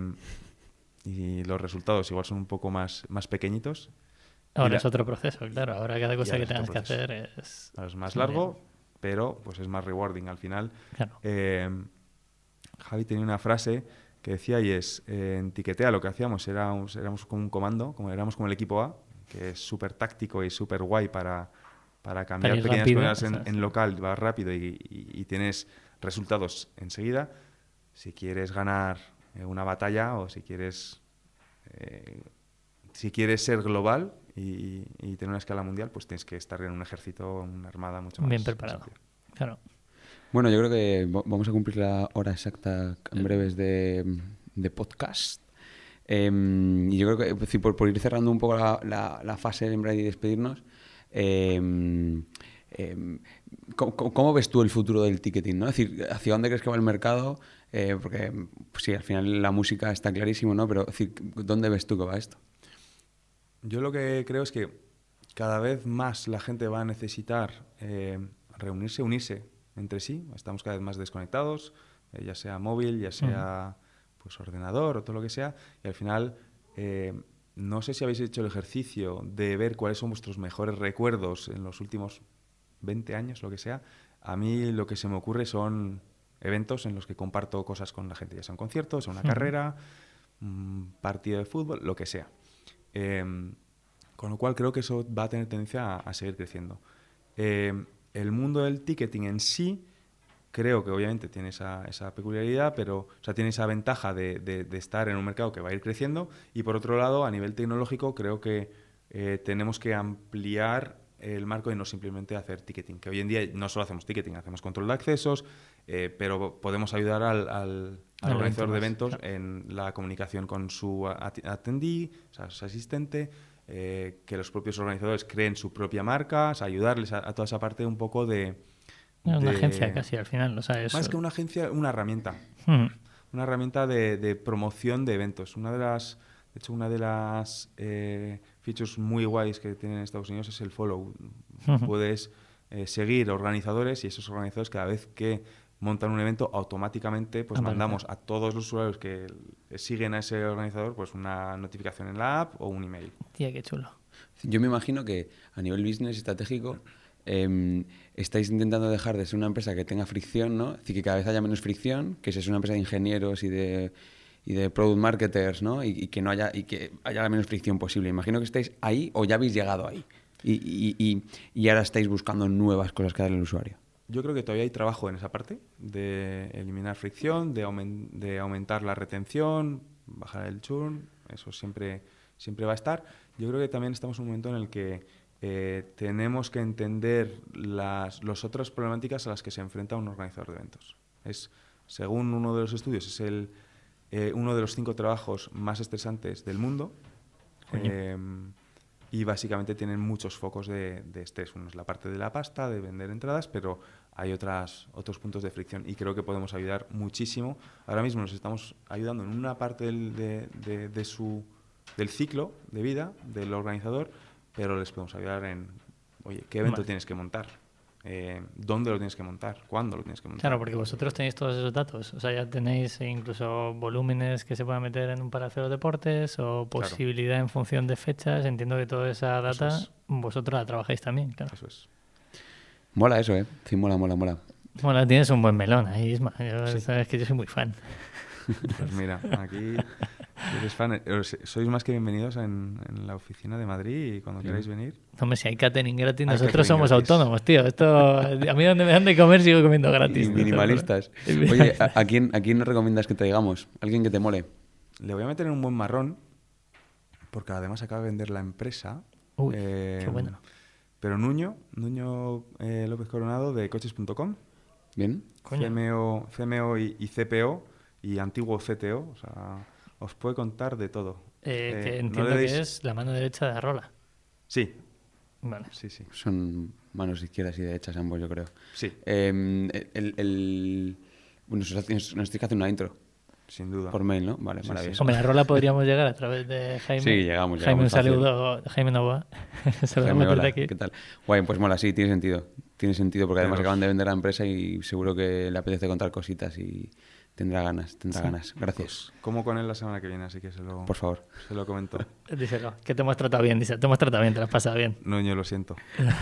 y los resultados igual son un poco más, más pequeñitos. Ahora y la- es otro proceso, claro. Ahora cada cosa ahora que es tengas otro que proceso. hacer es... Ahora es más Muy largo, bien. pero pues es más rewarding al final. Claro. Eh, Javi tenía una frase que decía, y es, eh, en Tiquetea lo que hacíamos era, un- éramos como un comando, como éramos como el equipo A, que es súper táctico y súper guay para, para cambiar ir pequeñas rápido, cosas en, eso es. en local, vas rápido y, y- y tienes resultados enseguida. Si quieres ganar eh, una batalla o si quieres, eh, si quieres ser global y, y tener una escala mundial, pues tienes que estar en un ejército, una armada mucho más Bien preparado. más amplia. Claro. Bueno, yo creo que vo- vamos a cumplir la hora exacta en breves de, de podcast. Eh, y yo creo que, es decir, por, por ir cerrando un poco la, la, la fase de Eventbrite y despedirnos, eh, eh, ¿cómo, cómo ves tú el futuro del ticketing, ¿no? Es decir, ¿hacia dónde crees que va el mercado? Eh, porque, pues sí, al final la música está clarísimo, ¿no? Pero, es decir, ¿dónde ves tú que va esto? Yo lo que creo es que cada vez más la gente va a necesitar eh, reunirse, unirse entre sí. Estamos cada vez más desconectados, eh, ya sea móvil, ya sea pues ordenador o todo lo que sea. Y al final, eh, no sé si habéis hecho el ejercicio de ver cuáles son vuestros mejores recuerdos en los últimos veinte años, lo que sea. A mí lo que se me ocurre son eventos en los que comparto cosas con la gente, ya sea un concierto, sea una Ujú. carrera, un partido de fútbol, lo que sea. Eh, con lo cual creo que eso va a tener tendencia a, a seguir creciendo. Eh, el mundo del ticketing en sí creo que obviamente tiene esa, esa peculiaridad, pero o sea, tiene esa ventaja de, de, de estar en un mercado que va a ir creciendo, y por otro lado, a nivel tecnológico, creo que eh, tenemos que ampliar el marco y no simplemente hacer ticketing, que hoy en día no solo hacemos ticketing, hacemos control de accesos, eh, pero podemos ayudar al, al, al Al organizador evento de más, eventos claro. en la comunicación con su at- attendee, o sea, su asistente, eh, que los propios organizadores creen su propia marca, o sea, ayudarles a, a toda esa parte un poco de... Una de- agencia casi al final, ¿no sabes? Más que una agencia, una herramienta. Mm. Una herramienta de, de promoción de eventos. Una de las, de hecho, una de las eh, features muy guays que tienen Estados Unidos es el follow. Ujú. Puedes eh, seguir organizadores y esos organizadores cada vez que montan un evento automáticamente pues Aparece. mandamos a todos los usuarios que siguen a ese organizador pues una notificación en la app o un email. Tía, qué chulo. Yo me imagino que a nivel business estratégico eh, estáis intentando dejar de ser una empresa que tenga fricción, ¿no? Es decir, que cada vez haya menos fricción, que es una empresa de ingenieros y de, y de product marketers, ¿no? Y, y que no haya y que haya la menos fricción posible. Imagino que estáis ahí o ya habéis llegado ahí. Y, y, y, y ahora estáis buscando nuevas cosas que darle al usuario. Yo creo que todavía hay trabajo en esa parte de eliminar fricción, de, aumen- de aumentar la retención, bajar el churn, eso siempre, siempre va a estar. Yo creo que también estamos en un momento en el que eh, tenemos que entender las los otras problemáticas a las que se enfrenta un organizador de eventos. Es, según uno de los estudios, es el, eh, uno de los cinco trabajos más estresantes del mundo. Coño. Eh, y básicamente tienen muchos focos de, de estrés. Uno es la parte de la pasta, de vender entradas, pero hay otras, otros puntos de fricción y creo que podemos ayudar muchísimo. Ahora mismo nos estamos ayudando en una parte del, de, de, de su, del ciclo de vida del organizador, pero les podemos ayudar en, oye, ¿qué evento Vale. tienes que montar? Eh, ¿Dónde lo tienes que montar? ¿Cuándo lo tienes que montar? Claro, porque vosotros tenéis todos esos datos. O sea, ya tenéis incluso volúmenes que se puedan meter en un Palacio de los Deportes o posibilidad en función de fechas. Entiendo que toda esa data Eso es. vosotros la trabajáis también, claro. Eso es. Mola eso, ¿eh? Sí, mola, mola, mola. Bueno, tienes un buen melón ahí, Isma. Yo- Sí. Sabes que yo soy muy fan. Pues mira, aquí si eres fan, eh, os- sois más que bienvenidos en, en la oficina de Madrid y cuando Sí. queráis venir. Hombre, si hay catering gratis, Hay nosotros catering somos gratis. autónomos, tío. Esto, a mí donde me dan de comer sigo comiendo gratis. Y minimalistas. Y Oye, ¿a, a quién, ¿a quién nos recomiendas que traigamos? ¿Alguien que te mole? Le voy a meter en un buen marrón, porque además acaba de vender la empresa. Uy, Eh, qué bueno. Pero Nuño, Nuño eh, López Coronado de coches punto com, ¿Bien? Coño. C M O, C M O y, y C P O, y antiguo C T O, o sea, os puede contar de todo. Eh, Eh, que no entiendo le deis- que es la mano derecha de Arrola. Sí, Vale. sí, sí. Son manos izquierdas y derechas ambos, yo creo. Sí, Eh, el, el- bueno, nos, hace- nos tienes que hacer una intro sin duda. por mail, ¿no? Vale, Sí, maravilloso. Hombre, a Arrola podríamos llegar a través de Jaime. Sí, llegamos, Jaime, un llegamos fácil. saludo. Jaime Novoa. Jaime, Saludamos hola, desde aquí. ¿qué tal? Guay, pues mola, sí, tiene sentido. Tiene sentido porque además Pero- acaban de vender la empresa y seguro que le apetece contar cositas y tendrá ganas, tendrá Sí. ganas. Gracias, Como con él la semana que viene, así que se lo, por favor. se lo comento. Díselo, que te hemos tratado bien, dice. Te hemos tratado bien, te lo has pasado bien. Nuño, lo siento.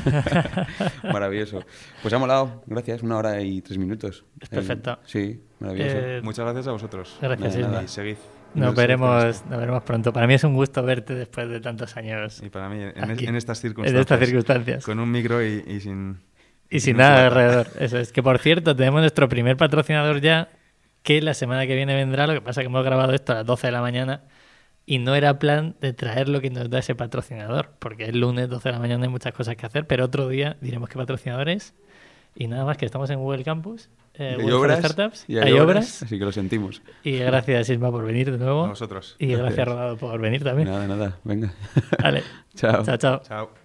Maravilloso. Pues ha molado, gracias, una hora y tres minutos. Es perfecto. Eh, sí, maravilloso. Eh, Muchas gracias a vosotros. Gracias, Nada, Isma. nada. Y seguid. Nos seguid con veremos, esto. nos veremos pronto. Para mí es un gusto verte después de tantos años Y para mí, en, Aquí, en estas en circunstancias. estas circunstancias. Con un micro y, y sin... Y sin un nada cubata. alrededor. Eso es que, por cierto, tenemos nuestro primer patrocinador ya, que la semana que viene vendrá. Lo que pasa es que hemos grabado esto a las doce de la mañana y no era plan de traer lo que nos da ese patrocinador, porque es lunes, doce de la mañana, hay muchas cosas que hacer, pero otro día diremos qué patrocinador es. Y nada más, que estamos en Google Campus, eh, Y hay Google for obras, Startups, y hay, obras. así que lo sentimos. Y gracias, Isma, por venir de nuevo. A vosotros. Y gracias, Gracias. Rodado, por venir también. Nada, nada, venga. Vale. Chao. Chao, chao. Chao.